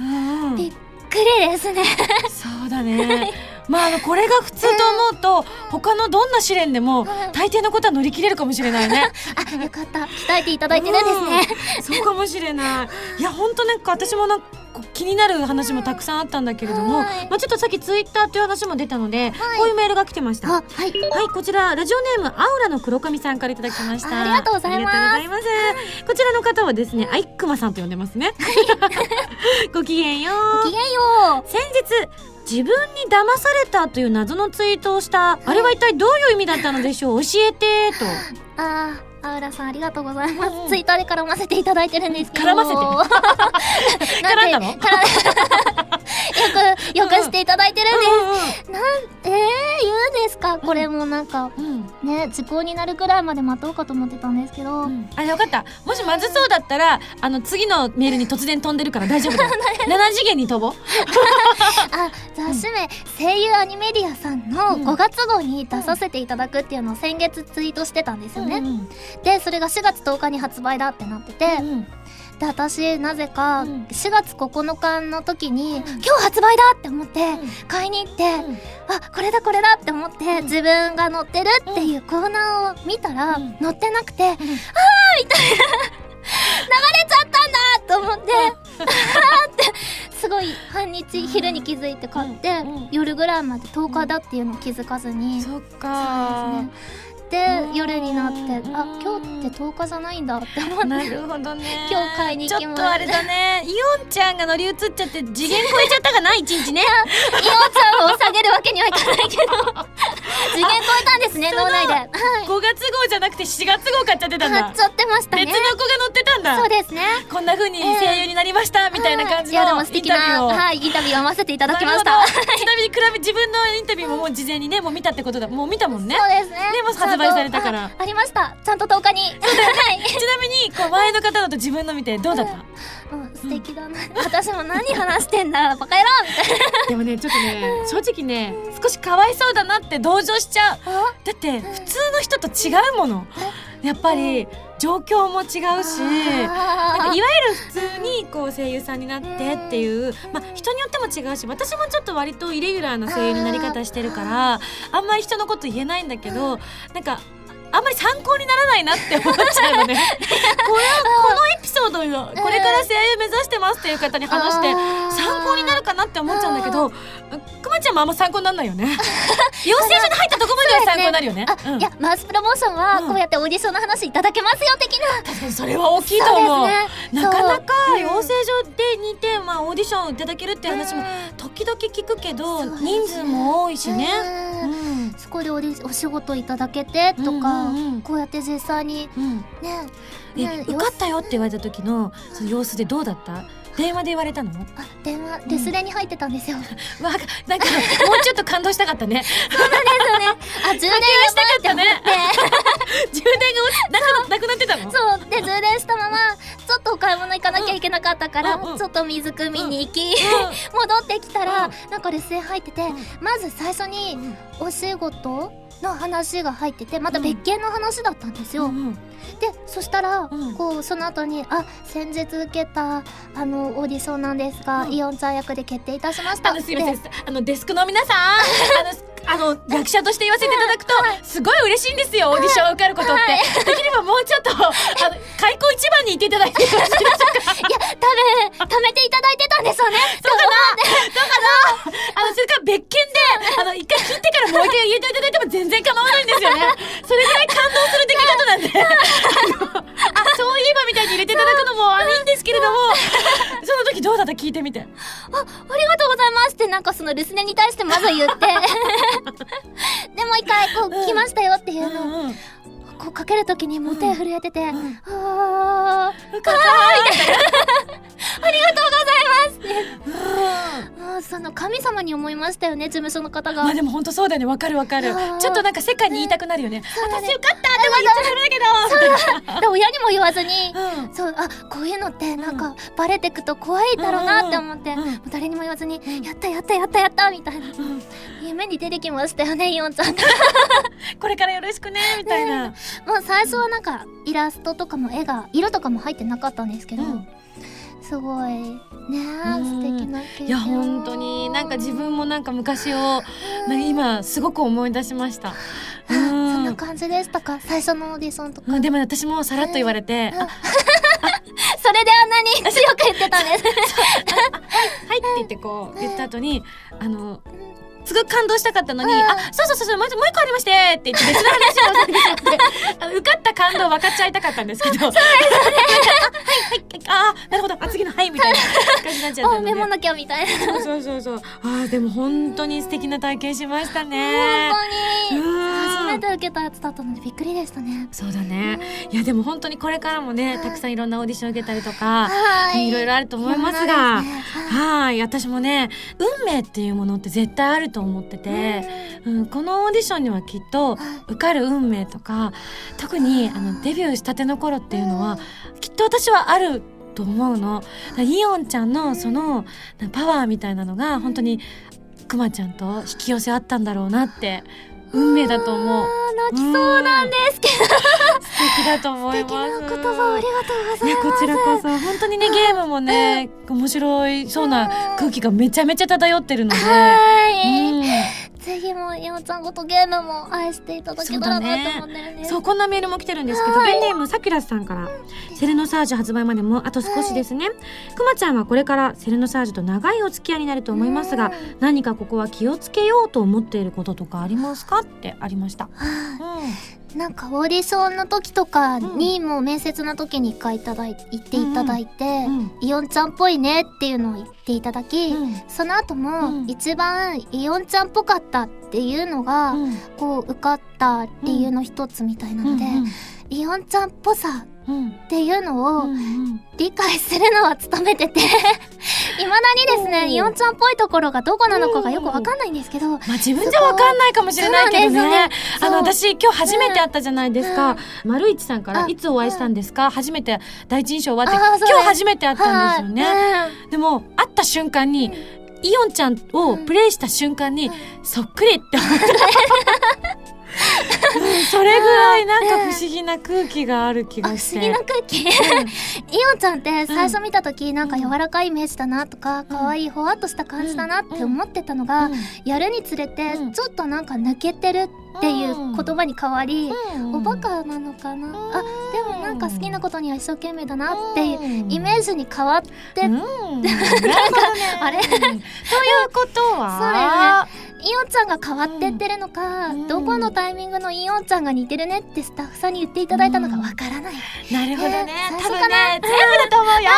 びっくりですねそうだねまあ、あのこれが普通と思うと、うん、他のどんな試練でも、うん、大抵のことは乗り切れるかもしれないねあ、よかった、鍛えていただいてるんですね、 うん、そうかもしれない。いや本当なんか私もなんか気になる話もたくさんあったんだけれども、うん、まあ、ちょっとさっきツイッターという話も出たので、はい、こういうメールが来てました。はい、はい、こちらラジオネームアウラの黒髪さんからいただきました。 ありがとうございます。 ありがとうございます。こちらの方はですね、アイクマさんと呼んでますねごきげんよう。 ごきげんよう。 先日自分に騙されたという謎のツイートをした、はい、あれは一体どういう意味だったのでしょう、教えてと。 あーアウラさんありがとうございます、うん、ツイッターで絡ませていただいてるんですけど。 絡ませて絡んだのよくよくしていただいてるんです、うんうん、なんえー、言うんですかこれもなんか、うん、ね時効になるくらいまで待とうかと思ってたんですけど、うん、 あ、よかった。もしまずそうだったらあの次のメールに突然飛んでるから大丈夫だよなな次元に飛ぼうあ、雑誌名、うん、声優アニメディアさんのごがつ号に出させていただくっていうのを先月ツイートしてたんですよね、うんうん、でそれがしがつとおかに発売だってなってて、うんうん、で私なぜかしがつここのかの時に、うん、今日発売だって思って買いに行って、うん、あこれだこれだって思って、うん、自分が載ってるっていうコーナーを見たら、うん、載ってなくて、うん、あーみたいな流れちゃったんだと思ってあーってすごい半日昼に気づいて買って、うんうん、夜ぐらいまでとおかだっていうのを気づかずに、 そっかーで夜になって、あ、今日ってとおかじゃないんだって思って。 なるほどね。 今日買いに行きます。 ちょっとあれだね、イオンちゃんが乗り移っちゃって次元超えちゃったかな一日ね。イオンちゃんを下げるわけにはいかないけど次元超えたんですね脳内で、はい、 ごがつ号じゃなくてしがつ号買っちゃってたんだ。 買っちゃってましたね。 別の子が乗ってたんだ。 そうですね。 こんな風に声優になりました、えー、みたいな感じのインタビューを、いやでも素敵な、 はい、インタビューを読ませていただきましたちなみに比べ自分のインタビューももう事前にねもう見たってことだ。もう見たもんね。 そうですね。 でも発売されたからありました。ちゃんととおかに。そうだよね。 はい、ちなみにこう前の方だと自分の見てどうだった？ うん、素敵だな、うん、私も何話してんだバカ野郎みたいなでもねちょっとね正直ね少しかわいそうだなって同情しちゃう。だって普通の人と違うもの。やっぱり状況も違うし、なんかいわゆる普通にこう声優さんになってっていう、まあ人によっても違うし、私もちょっと割とイレギュラーな声優になり方してるからあんまり人のこと言えないんだけど、なんかあんまり参考にならないなって思っちゃうのねこれこのエピソードをこれから声優目指してますっていう方に話して参考になるかなって思っちゃうんだけど、くまちゃんもあんま参考にならないよね養成所に入ったとこまでは参考になるよね。 あ、うん、いやマウスプロモーションはこうやってオーディションの話いただけますよ的な、 確かにそれは大きいと思う。なかなか養成所でにて、まあ、オーディションいただけるっていう話も時々聞くけど、人数も多いしね、うん、 そこで お, お仕事いただけてとか、うんうんうん、こうやって実際に、うん、ねね受かったよって言われた時のその様子でどうだった？電話で言われたの？ あ、電話レスレに入ってたんですよ、 うん、わなんかもうちょっと感動したかったねそうなんですよね。あ、充電したかったね充電がなくなってたの？ そうで充電したままちょっとお買い物行かなきゃいけなかったから、うんうん、ちょっと水汲みに行き、うん、戻ってきたら、うん、なんかレスレ入ってて、うん、まず最初にお仕事の話が入ってて、また別件の話だったんですよ、うんうん、でそしたら、うん、こうその後にあ先日受けたあのオーディションなんですが、うん、イオンちゃん役で決定いたしました。 あのすいません、あのデスクの皆さんあのあの役者として言わせていただくと、はい、すごい嬉しいんですよ、オーディションを受かることって、はい、できればもうちょっとあの開口一番に言っていただいてよろしいでしょうかいや多分貯めていただいてたんですよねそうかなそうかなあのそれから別件であの一回切ってからもう一回言っていただいても全然構わないんですよねそれぐらい感動する出来事なんであそういえばみたいに入れていただくのもいいんですけれどもその時どうだった聞いてみて。 あ、ありがとうございますってなんかその留守電に対してまず言ってでもう一回こう、うん、来ましたよっていうのを、うんうん、こうかけるときにもう手震えてて、うんうん、あー、 受かったーみたいなありがとうございますってその神様に思いましたよね、事務所の方が。 まあでも本当そうだよね、わかるわかる。ちょっとなんか世界に言いたくなるよね。 そうだね私よかったって言っちゃダメだけど。 で親にも言わずに、 うんそう、あ、こういうのってなんかバレてくと怖いだろうなって思って、 うんうんうんもう誰にも言わずに、やったやったやったやったみたいな、 うん夢に出てきましたよね、イオンちゃんが。 これからよろしくねみたいな。 もう最初はなんかイラストとかも絵が色とかも入ってなかったんですけど、 うんすごいねえ、素敵な経験を。 いや本当になんか自分もなんか昔をなんか今すごく思い出しました。 そんな感じでしたか、最初のオーディションとか。 うん、でも私もさらっと言われて、 うんあそれであんなに強く言ってたんです。 はいって言ってこう言った後にあのすごく感動したかったのに、 うんあ、そうそうそうそう、もう一個ありましてって言って別の話をされてしまってあの受かった感動分かっちゃいたかったんですけど、そうですね。はいはい、あーなるほど、あ次のはいみたいな感じになっちゃったおので。 メモなきゃみたいな。 そうそうそうそう。あーでも本当に素敵な体験しましたね。 本当にうん初めて受けたやつだったのでびっくりでしたね。 そうだね。いやでも本当にこれからもね、たくさんいろんなオーディション受けたりとか、 はいいろいろあると思いますが、 そうですねはい、私もね、運命っていうものって絶対あると思ってて、うん、このオーディションにはきっと受かる運命とか、特にあのデビューしたての頃っていうのは、きっと私はあると思うの。イオンちゃんのそのパワーみたいなのが本当にくまちゃんと引き寄せあったんだろうなって、運命だと思う。 あー泣きそうなんですけど、 素敵だと思います。 素敵なお言葉をありがとうございます。 ね、こちらこそ本当にね、ゲームもね、面白いそうな空気がめちゃめちゃ漂ってるので、 はい、 うんぜひもうイオンちゃんごとゲームも愛していただけたらなと思ってるんです。 そう、こんなメールも来てるんですけど、 はいペンネームさきらさんから、セレノサージュ発売までもあと少しですね。くまちゃんはこれからセレノサージュと長いお付き合いになると思いますが、何かここは気をつけようと思っていることとかありますかってありました。 はうい、なんかオーディションの時とかにも面接の時に一回いただい言っていただいて、 うんイオンちゃんっぽいねっていうのを言っていただき、 うんその後もうん一番イオンちゃんっぽかったっていうのが、 んうんこう受かったっていうの一つみたいなので、 うんイオンちゃんっぽさうんっていうのうをんうん理解するのは努めてて未だにですね、 おーイオンちゃんっぽいところがどこなのかがよくわかんないんですけど、 まあ自分じゃわかんないかもしれないけどね。 そうなんですよねあの、 そう私今日初めて会ったじゃないですか。丸一さんからあいつお会いしたんですか、初めて第一印象はって、 あーそうです今日初めて会ったんですよね。 はいでも、会った瞬間に、イオンちゃんをプレイした瞬間に、そっくりって思った。うんそれぐらいなんか不思議な空気がある気あ、 がして。 不思議な空気、イオンちゃんって最初見た時なんか柔らかいイメージだなとか、可愛いほわっとした感じだなって思ってたのが、 うんやるにつれてうんちょっとなんか抜けてるっていう言葉に変わり、 うんおバカなのかな、あ、でもなんか好きなことには一生懸命だなっていうイメージに変わって、 うん、なるほどね。 あれということは、 イオンちゃんが変わってってるのか、 うんどこのタイミングのイオンちゃんが似てるねってスタッフさんに言っていただいたのかわからない。 なるほどね。 ね多最初かな分ね、全部だと思うよ。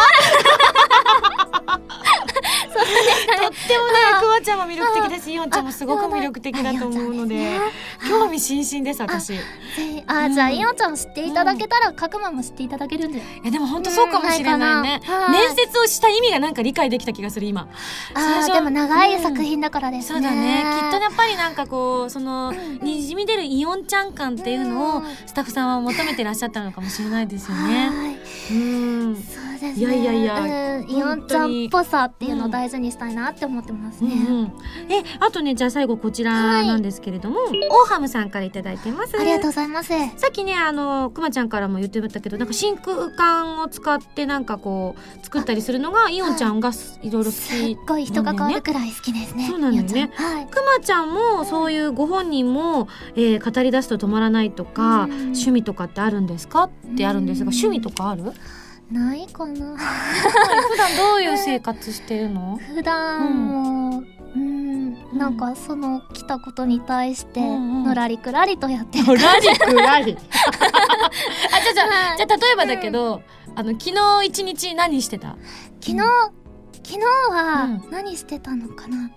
とってもね、くまちゃんも魅力的だし、イオンちゃんもすごく魅力的だと思うので、興味津々です、私。いぜひあ、じゃあイオンちゃんを知っていただけたら、角間も知っていただけるんで。 や、でも本当そうかもしれないね。 うんないかなはい面接をした意味がなんか理解できた気がする、今。 あ最初ーでも長い作品だからですね。 そうだね。きっとやっぱりなんかこう、その、にじみ出るイオンちゃん感っていうのを、スタッフさんは求めてらっしゃったのかもしれないですよね。 はい。 うん。 そうですね。 いやいやいやうん、イオンちゃんっぽさっていうのを大事にしたいなって思ってますね。 うんうん、えあとね、じゃあ最後こちらなんですけれども、オーハムさんからいただいてます。 ありがとうございます。 さっきね、あのくまちゃんからも言ってたけど、なんか真空管を使ってなんかこう作ったりするのがイオンちゃんがいろいろ好すきっごい人が変わるくらい好きですね。 そうなんだよねイオンちゃんはい。 くまちゃんもそういうご本人も、えー語り出すと止まらないとか、 うん趣味とかってあるんですかってあるんですが、 うん趣味とかある？ ないかな。 普段どういう生活してるの？ 普段も、うん、なんかその来たことに対して、 うんうんのらりくらりとやってる。 のらりくらり。あ、じゃあじゃあ、 はいじゃあ例えばだけど、あの昨日一日何してた？ 昨日、昨日はうん何してたのかな、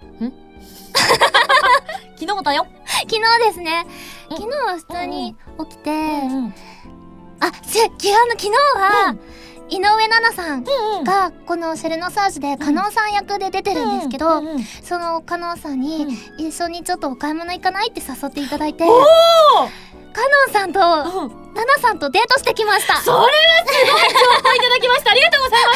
昨日だよ。 昨日ですね。 うん昨日は普通に起きて、 うんあ、せ、きあの昨日は、 井上奈々さんがこのシェルノサージでカノンさん役で出てるんですけど、うんうんうん、そのカノンさんに一緒にちょっとお買い物行かないって誘っていただいて、おカノンさんと、うん、ナナさんとデートしてきました。 それはすごい情報いただきました。ありがとうございます。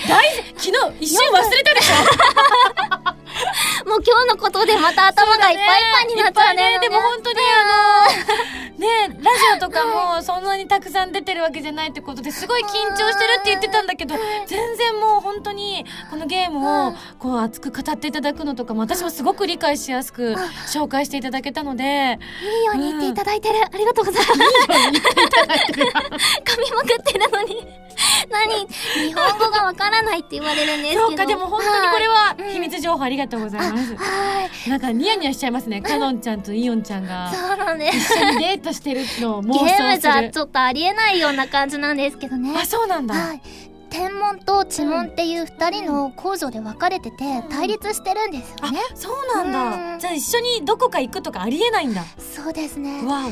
大昨日一瞬忘れたでしょ。 もう今日のことでまた頭がいっぱいいっぱいになっちゃうね。 ね、でも本当にあのね、ラジオとかもそんなにたくさん出てるわけじゃないってことですごい緊張してるって言ってたんだけど、全然もう本当にこのゲームをこう熱く語っていただくのとかも私もすごく理解しやすく紹介していただけたので、 いいように言っていただいてる、うん、ありがとうございます。いいように言っていただいてる。噛みまくってるのに何日本語がわからないって言われるんですけど。 そうか、でも本当にこれは秘密情報ありがとうございます。はい、なんかニヤニヤしちゃいますね。カノンちゃんとイオンちゃんがそうなんです、 一緒にデートしてるのを妄想する。 ゲームじゃちょっとありえないような感じなんですけどね。 あ、そうなんだ。はい、 天文と地紋っていう二人の公女で分かれてて対立してるんですよね。 あ、そうなんだ。じゃあ一緒にどこか行くとかありえないんだ。 そうですね。 わ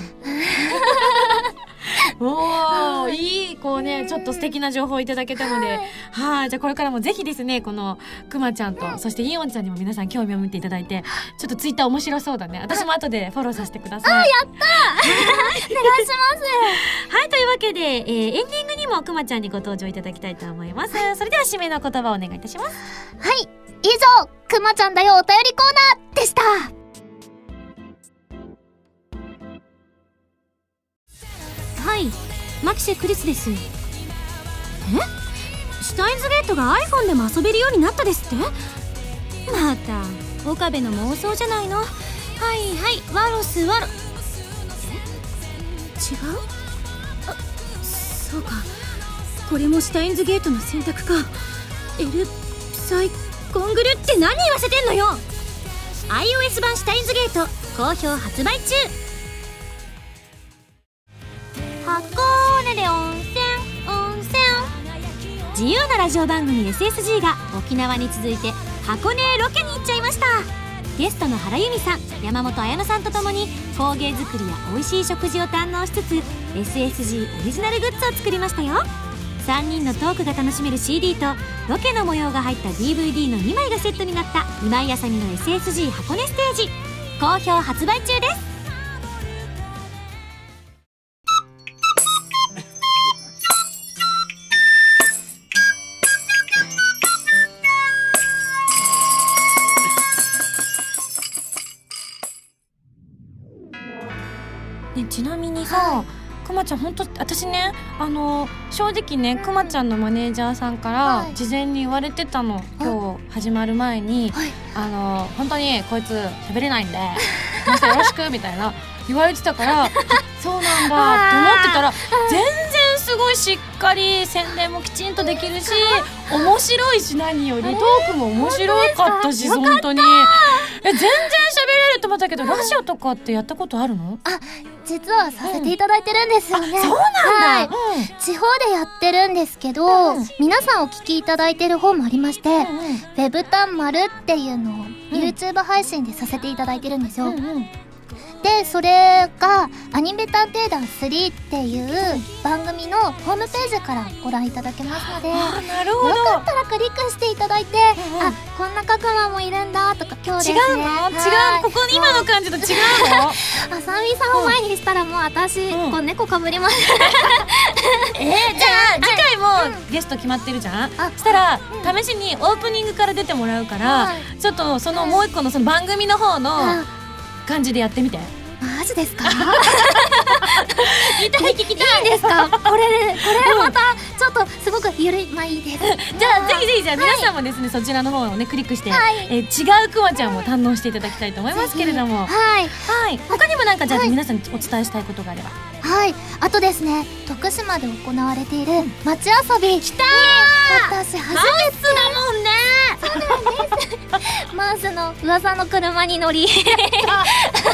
おおー、いい、こうね、ちょっと素敵な情報をいただけたので、はい、じゃあこれからもぜひですね、このくまちゃんと、そしてイオンちゃんにも皆さん興味を持っていただいて、ちょっとツイッター面白そうだね。私も後でフォローさせてください。 あ、やったーお願いします。はい、というわけで、えー、エンディングにもくまちゃんにご登場いただきたいと思います。それでは締めの言葉をお願いいたします。 はい、以上、くまちゃんだよお便りコーナーでした。 はい、マキシェクリスです。え？シュタインズゲートが iPhone でも遊べるようになったですって？また岡部の妄想じゃないの。はいはい、ワロスワロ。え？違う？あ、そうか、これもシュタインズゲートの選択か。エルサイコングルって何言わせてんのよ。 iOS 版シュタインズゲート好評発売中。箱根で温泉温泉、自由なラジオ番組 エスエスジー が沖縄に続いて箱根へロケに行っちゃいました。ゲストの原由美さん、山本彩乃さんとともに工芸作りや美味しい食事を堪能しつつ エスエスジー オリジナルグッズを作りましたよ。さんにんのトークが楽しめる シーディー とロケの模様が入った ディーブイディー のにまいがセットになった今井あさみの エスエスジー 箱根ステージ好評発売中です。ね、ちなみにさ、はい、くまちゃん本当私ね、あの正直ね、くまちゃんのマネージャーさんから事前に言われてたの、はい、今日始まる前に、はい、あの本当にこいつ喋れないんでまたよろしくみたいな言われてたからそうなんだって思ってたら全然すごいしっかり宣伝もきちんとできるし面白いし、何よりトークも面白かったし、本当にえ全然喋れると思ったけど、ラジオとかってやったことあるの？ あ、実はさせていただいてるんですよね。 うん、そうなんだ、はい、 うん、地方でやってるんですけど、うん、皆さんお聞きいただいてる方もありまして、うんうん、ウェブタン丸っていうのを YouTube 配信でさせていただいてるんですよ。うんうん、でそれがアニメ探偵団スリーっていう番組のホームページからご覧いただけますので、 あ、なるほど、 よかったらクリックしていただいて、うんうん、あ、こんな角間もいるんだとか、今日ですね、 違うの？違う、ここ今の感じと違うの？ あさみさんを前にしたらもう私、うん、こう猫かぶりますえー、じゃあ次回もゲスト決まってるじゃん、うん、そしたら、うん、試しにオープニングから出てもらうから、うん、ちょっとそのもう一個のその番組の方の感じでやってみて。 マジですか？ 聞きたい聞きたい。いいんですか？これで、これまたちょっとすごくゆるい、まあいいです。 じゃあぜひぜひ、じゃあ皆さんもですね、そちらの方をねクリックして、え違うくまちゃんも堪能していただきたいと思いますけれども、 はいはい。他にもなんかじゃあ皆さんにお伝えしたいことがあれば。 はい、あとですね、徳島で行われている街遊び、 来たー、 私初めて。マウスだもんね。 そうなんです。マウスの噂の車に乗り行ってます。はい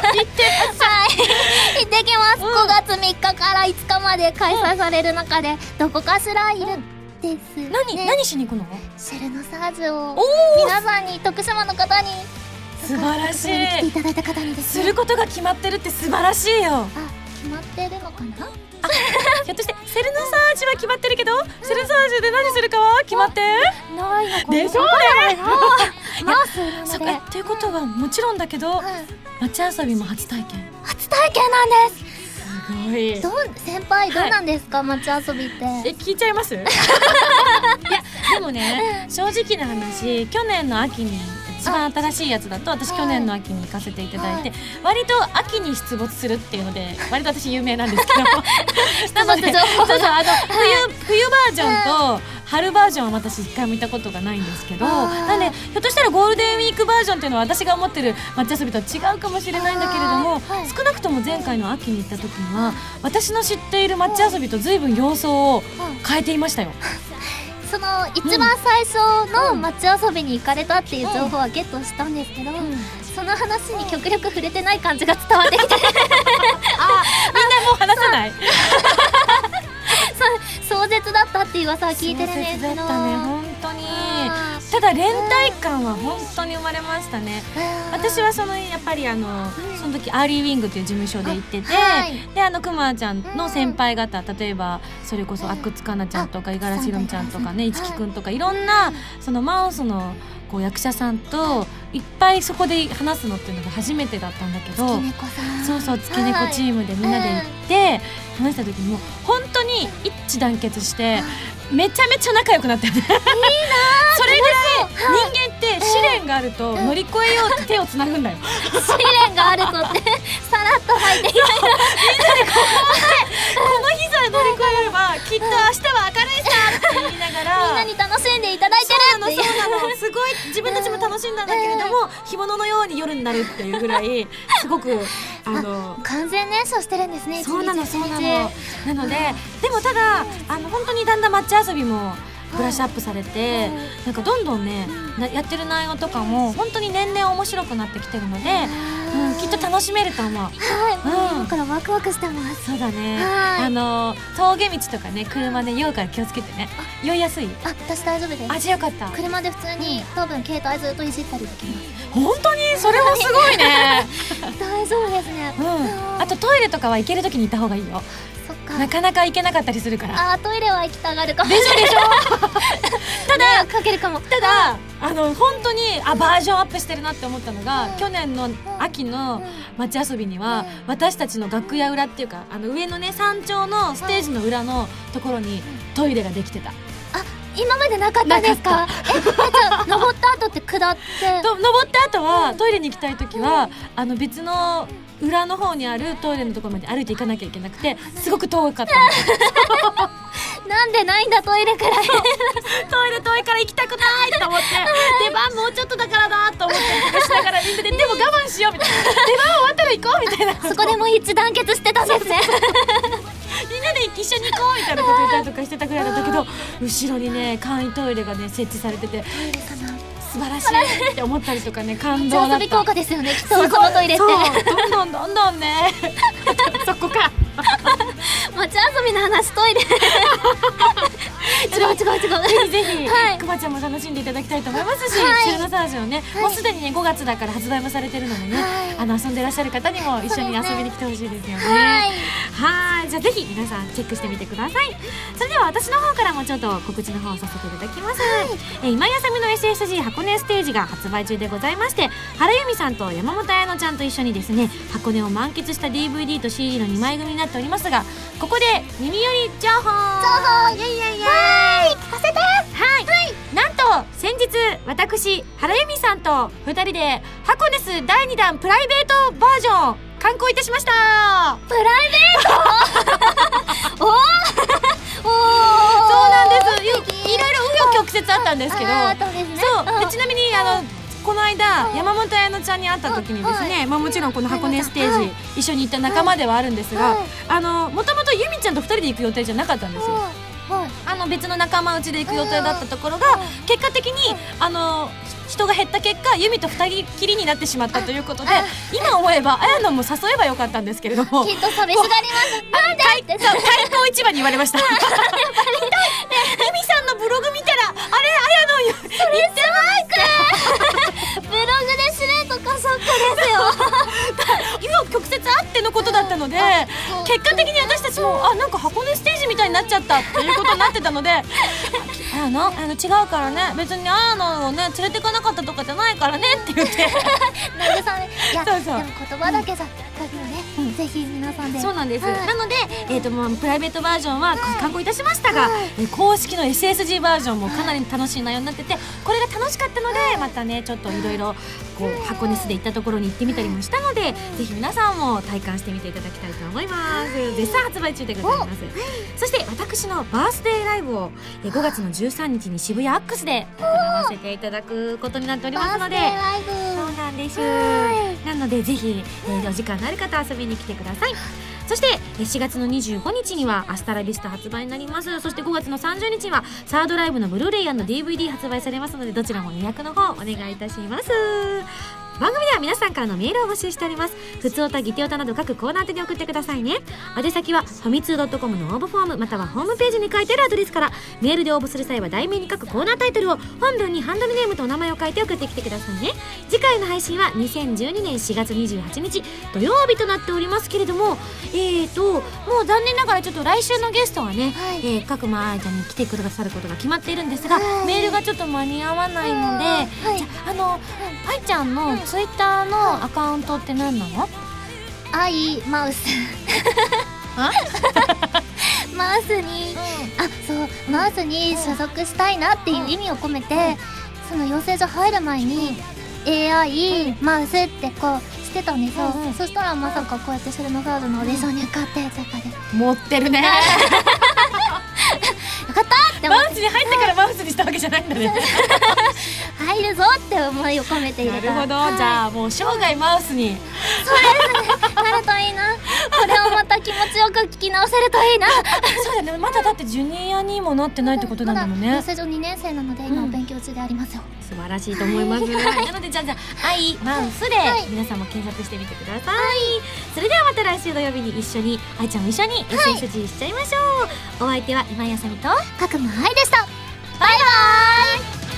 、行ってきます。うん、ごがつみっかからいつかまで開催される中で、どこかしらいるんですね。 何何しに行くの？ シェルノサージュを皆さんに、徳島の方に、 素晴らしい、 来ていただいた方にですね、 することが決まってるって素晴らしいよ。 あ、決決まってるのかな。 ひょっとしてセルノサージは決まってるけど、セルノサージで何するかは決まってないのかな。 でしょうね。 マースなそので。 っか、ということはもちろんだけど、 はい、 街遊びも初体験。 初体験なんです。 すごい。 どう先輩どうなんですか、はい、街遊びって。 え、聞いちゃいます？いやでもね、正直な話、去年の秋に一番新しいやつだと、私去年の秋に行かせていただいて、割と秋に出没するっていうので割と私有名なんですけどなので、そうそう、あの冬冬バージョンと春バージョンは私一回も見たことがないんですけど、なんでひょっとしたらゴールデンウィークバージョンっていうのは私が思ってる街遊びとは違うかもしれないんだけれども、はい、少なくとも前回の秋に行った時には私の知っている街遊びと随分様相を変えていましたよ。 その一番最初の街遊びに行かれたっていう情報はゲットしたんですけど、うん、その話に極力触れてない感じが伝わってきてあ、みんなもう話さない壮絶だったっていう噂は聞いてるんですけど、 壮絶だったね、本当に。ただ連帯感は本当に生まれましたね。私はそのやっぱりあのその時アーリーウィングという事務所で行ってて、はい、であのくまちゃんの先輩方、例えばそれこそ阿久津香菜ちゃんとか五十嵐ひろみちゃんとかね、市木くんとかいろんなそのマウスのこう役者さんといっぱいそこで話すのっていうのが初めてだったんだけど、そうそう、つけ猫チームでみんなで行って話した時にもう本当に一致団結してめちゃめちゃ仲良くなってるね。いいなー。それぐらい人間って試練があると乗り越えようって手をつなぐんだよ。 試練があるとってさらっと吐いていないな。みんなでここの日さえ乗り越えればきっと明日は明るいさって言いながらみんなに楽しんでいただいてるっていう。 そうなの、そうなの。すごい自分たちも楽しんだんだけれども、干物のように夜になるっていうぐらいすごくあの完全燃焼してるんですね。 そうなの、そうなの。なので、でもただあの本当にだんだん街遊びもブラッシュアップされて、なんかどんどんねやってる内容とかも本当に年々面白くなってきてるので、うん、きっと楽しめると思う。はい、 うん、だからワクワクしてます。 そうだね。あの峠道とかね、車で酔うから気をつけてね。酔いやすい？ あ、私大丈夫です。 あ、じゃあよかった。 車で普通に多分携帯ずっといじったりできます。 本当にそれもすごいね。 大丈夫ですね。 うん。あとトイレとかは行ける時に行った方がいいよ。 そっか。 なかなか行けなかったりするから。 あ、トイレは行きたがるかもしれない。 でしょでしょ。ただかけるかも。 ただあの本当にあバージョンアップしてるなって思ったのが、去年の秋の街遊びには私たちの楽屋裏っていうか、あの上のね山頂のステージの裏のところにトイレができてた。 あ、今までなかったんですか？え、じゃあ登った後って下ってと登った後はトイレに行きたい時はあの別の裏の方にあるトイレのところまで歩いて行かなきゃいけなくて、すごく遠かったの。 なんでないんだトイレくらい。 トイレ遠いから行きたくないと思って、出番もうちょっとだからなと思ってしながらみんなで、でも我慢しようみたいな、出番終わったら行こうみたいな、 そこでも一致団結してたんですね。 みんなで一緒に行こうみたいなこと言ったりとかしてたぐらいなんだけど、後ろにね簡易トイレがね設置されてて、素晴らしいって思ったりとかね、感動だった。 遊び効果ですよね、きっとそのトイレって。 どんどんどんどんねそこか街遊びの話、トイレ。違う違う違う。 ぜひぜひ、くまちゃんも楽しんでいただきたいと思いますし、シルノサージをね、もうすでにねごがつだから発売もされてるのでね、あの遊んでらっしゃる方にも一緒に遊びに来てほしいですよね。はい、じゃあぜひ皆さんチェックしてみてください。それでは私の方からもちょっと告知の方をさせていただきます。え今井あさみの エスエスジー 箱根ステージが発売中でございまして、原由美さんと山本彩乃ちゃんと一緒にですね、箱根を満喫した ディーブイディー と シーディー のにまい組になっておりますが、ここで耳寄り情報情報イエイイエイイエイ、 聞かせて。 はい、はい、なんと先日私原由美さんとふたりで箱根スだいにだんプライベートバージョン観光いたしました。 プライベートおーおー、 そうなんです。いろいろ紆余曲折あったんですけど、そうでちなみにあのこの間山本彩乃ちゃんに会った時にですね、まあもちろんこの箱根ステージ一緒に行った仲間ではあるんですが、あのもともと由美ちゃんとふたりで行く予定じゃなかったんですよ。あの別の仲間内で行く予定だったところが、結果的にあの人が減った結果由美と二人きりになってしまったということで、今思えば綾乃も誘えばよかったんですけれども、 きっと寂しがります。なんでって開口一番に言われました。由美さんのブログ見たらあれ綾乃言ってないブログで知れとかそっかですよ。 紆余曲折あってのことだったので、 結果的に私たちもあなんか箱根ステージみたいになっちゃったっていうことになってたのであのあの違うからね別にあのをね連れてかなかったとかじゃないからねって言って慰めいやそうそうでも言葉だけじゃだけどね、うん、ぜひ皆さんでそうなんです、 はい、 なので、えー、ともうプライベートバージョンは刊行いたしましたが、はい、公式の エスエスジー バージョンもかなり楽しい内容になっててこれが楽しかったので、はい、またねちょっといろいろ箱根市で行ったところに行ってみたりもしたので、ぜひ皆さんも体感してみていただきたいと思います。絶賛発売中でございます。そして私のバースデーライブをごがつのじゅうさんにちに渋谷アックスで行わせていただくことになっておりますので、そうなんです。なのでぜひ、えー、お時間のある方遊びに来てください。そしてしがつのにじゅうごにちにはアスタラビスタ発売になります。そしてごがつのさんじゅうにちにはサードライブのブルーレイ&ディーブイディー 発売されますので、どちらも予約の方お願いいたします。番組では皆さんからのメールを募集しております。ふつおた、ぎておたなど各コーナー宛てに送ってくださいね。宛先はファミツー .com の応募フォームまたはホームページに書いてあるアドレスから。メールで応募する際は題名に書くコーナータイトルを本文にハンドルネームとお名前を書いて送ってきてくださいね。次回の配信はにせんじゅうにねんしがつにじゅうはちにち土曜日となっておりますけれども、えーともう残念ながらちょっと来週のゲストはね、はい、えー、各間間に来てくださることが決まっているんですが、はい、メールがちょっと間に合わないので、はい、じゃあの愛ちゃんのツイッターのアカウントって何なの？ アイマウスマウスに、うん、あそうマウスに所属したいなっていう意味を込めて、うん、その養成所入る前に エーアイ、うん、マウスってこうしてたんですよ、うんうん、そしたらまさかこうやってシェルノガードのオーディションに受かってとかで持ってるねよかったって思ってマウスに入ってからマウスにしたわけじゃないんだね入るぞって思いを込めて入れた。 なるほど、はい、じゃあもう生涯マウスにそうですねなるといいな。これをまた気持ちよく聞き直せるといいなそうだね、まだだってジュニアにもなってないってことなんだもんね。 まだ養成所にねんせいなので今お勉強中でありますよ、 うん、素晴らしいと思いますなのでじゃあじゃあアイマウスで皆さんも検索してみてください、はい、それではまた来週土曜日に一緒に愛ちゃんも一緒に エスエスジー しちゃいましょう、はい、お相手は今井あさみと角間愛でした。バイバーイ。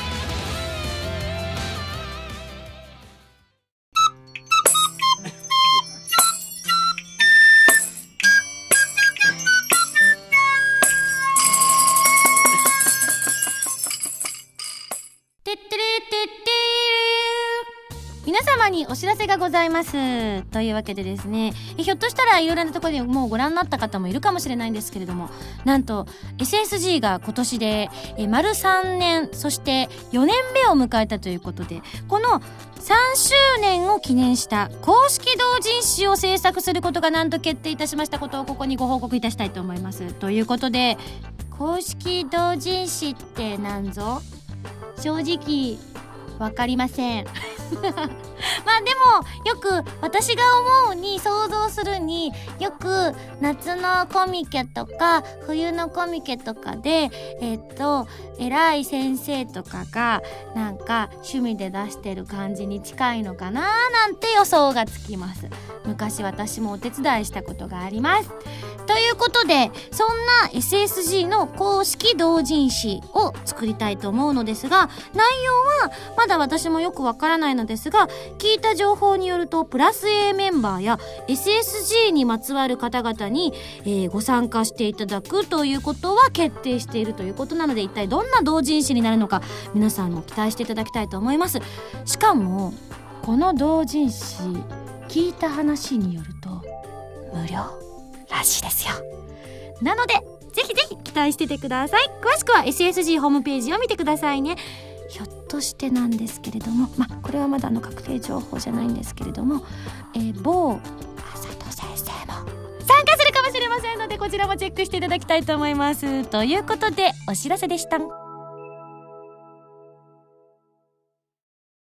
皆様にお知らせがございますというわけでですね、ひょっとしたらいろいろなところでもうご覧になった方もいるかもしれないんですけれども、なんと エスエスジー が今年でえ丸さんねんそしてよねんめを迎えたということで、このさんしゅうねんを記念した公式同人誌を制作することがなんと決定いたしましたことをここにご報告いたしたいと思います。ということで、公式同人誌って何ぞ？正直わかりませんまあでもよく私が思うに想像するによく夏のコミケとか冬のコミケとかでえっと偉い先生とかがなんか趣味で出してる感じに近いのかななんて予想がつきます。昔私もお手伝いしたことがあります。ということでそんな エスエスジー の公式同人誌を作りたいと思うのですが、内容はまだ私もよくわからないのですが、聞いた情報によるとプラス A メンバーや エスエスジー にまつわる方々に、えー、ご参加していただくということは決定しているということなので、一体どんな同人誌になるのか皆さんも期待していただきたいと思います。しかもこの同人誌聞いた話によると無料らしいですよ。なのでぜひぜひ期待しててください。詳しくは エスエスジー ホームページを見てくださいね。ひょっとしてなんですけれども、まあこれはまだの確定情報じゃないんですけれども、えー、某あさと先生も参加するかもしれませんので、こちらもチェックしていただきたいと思います。ということでお知らせでした。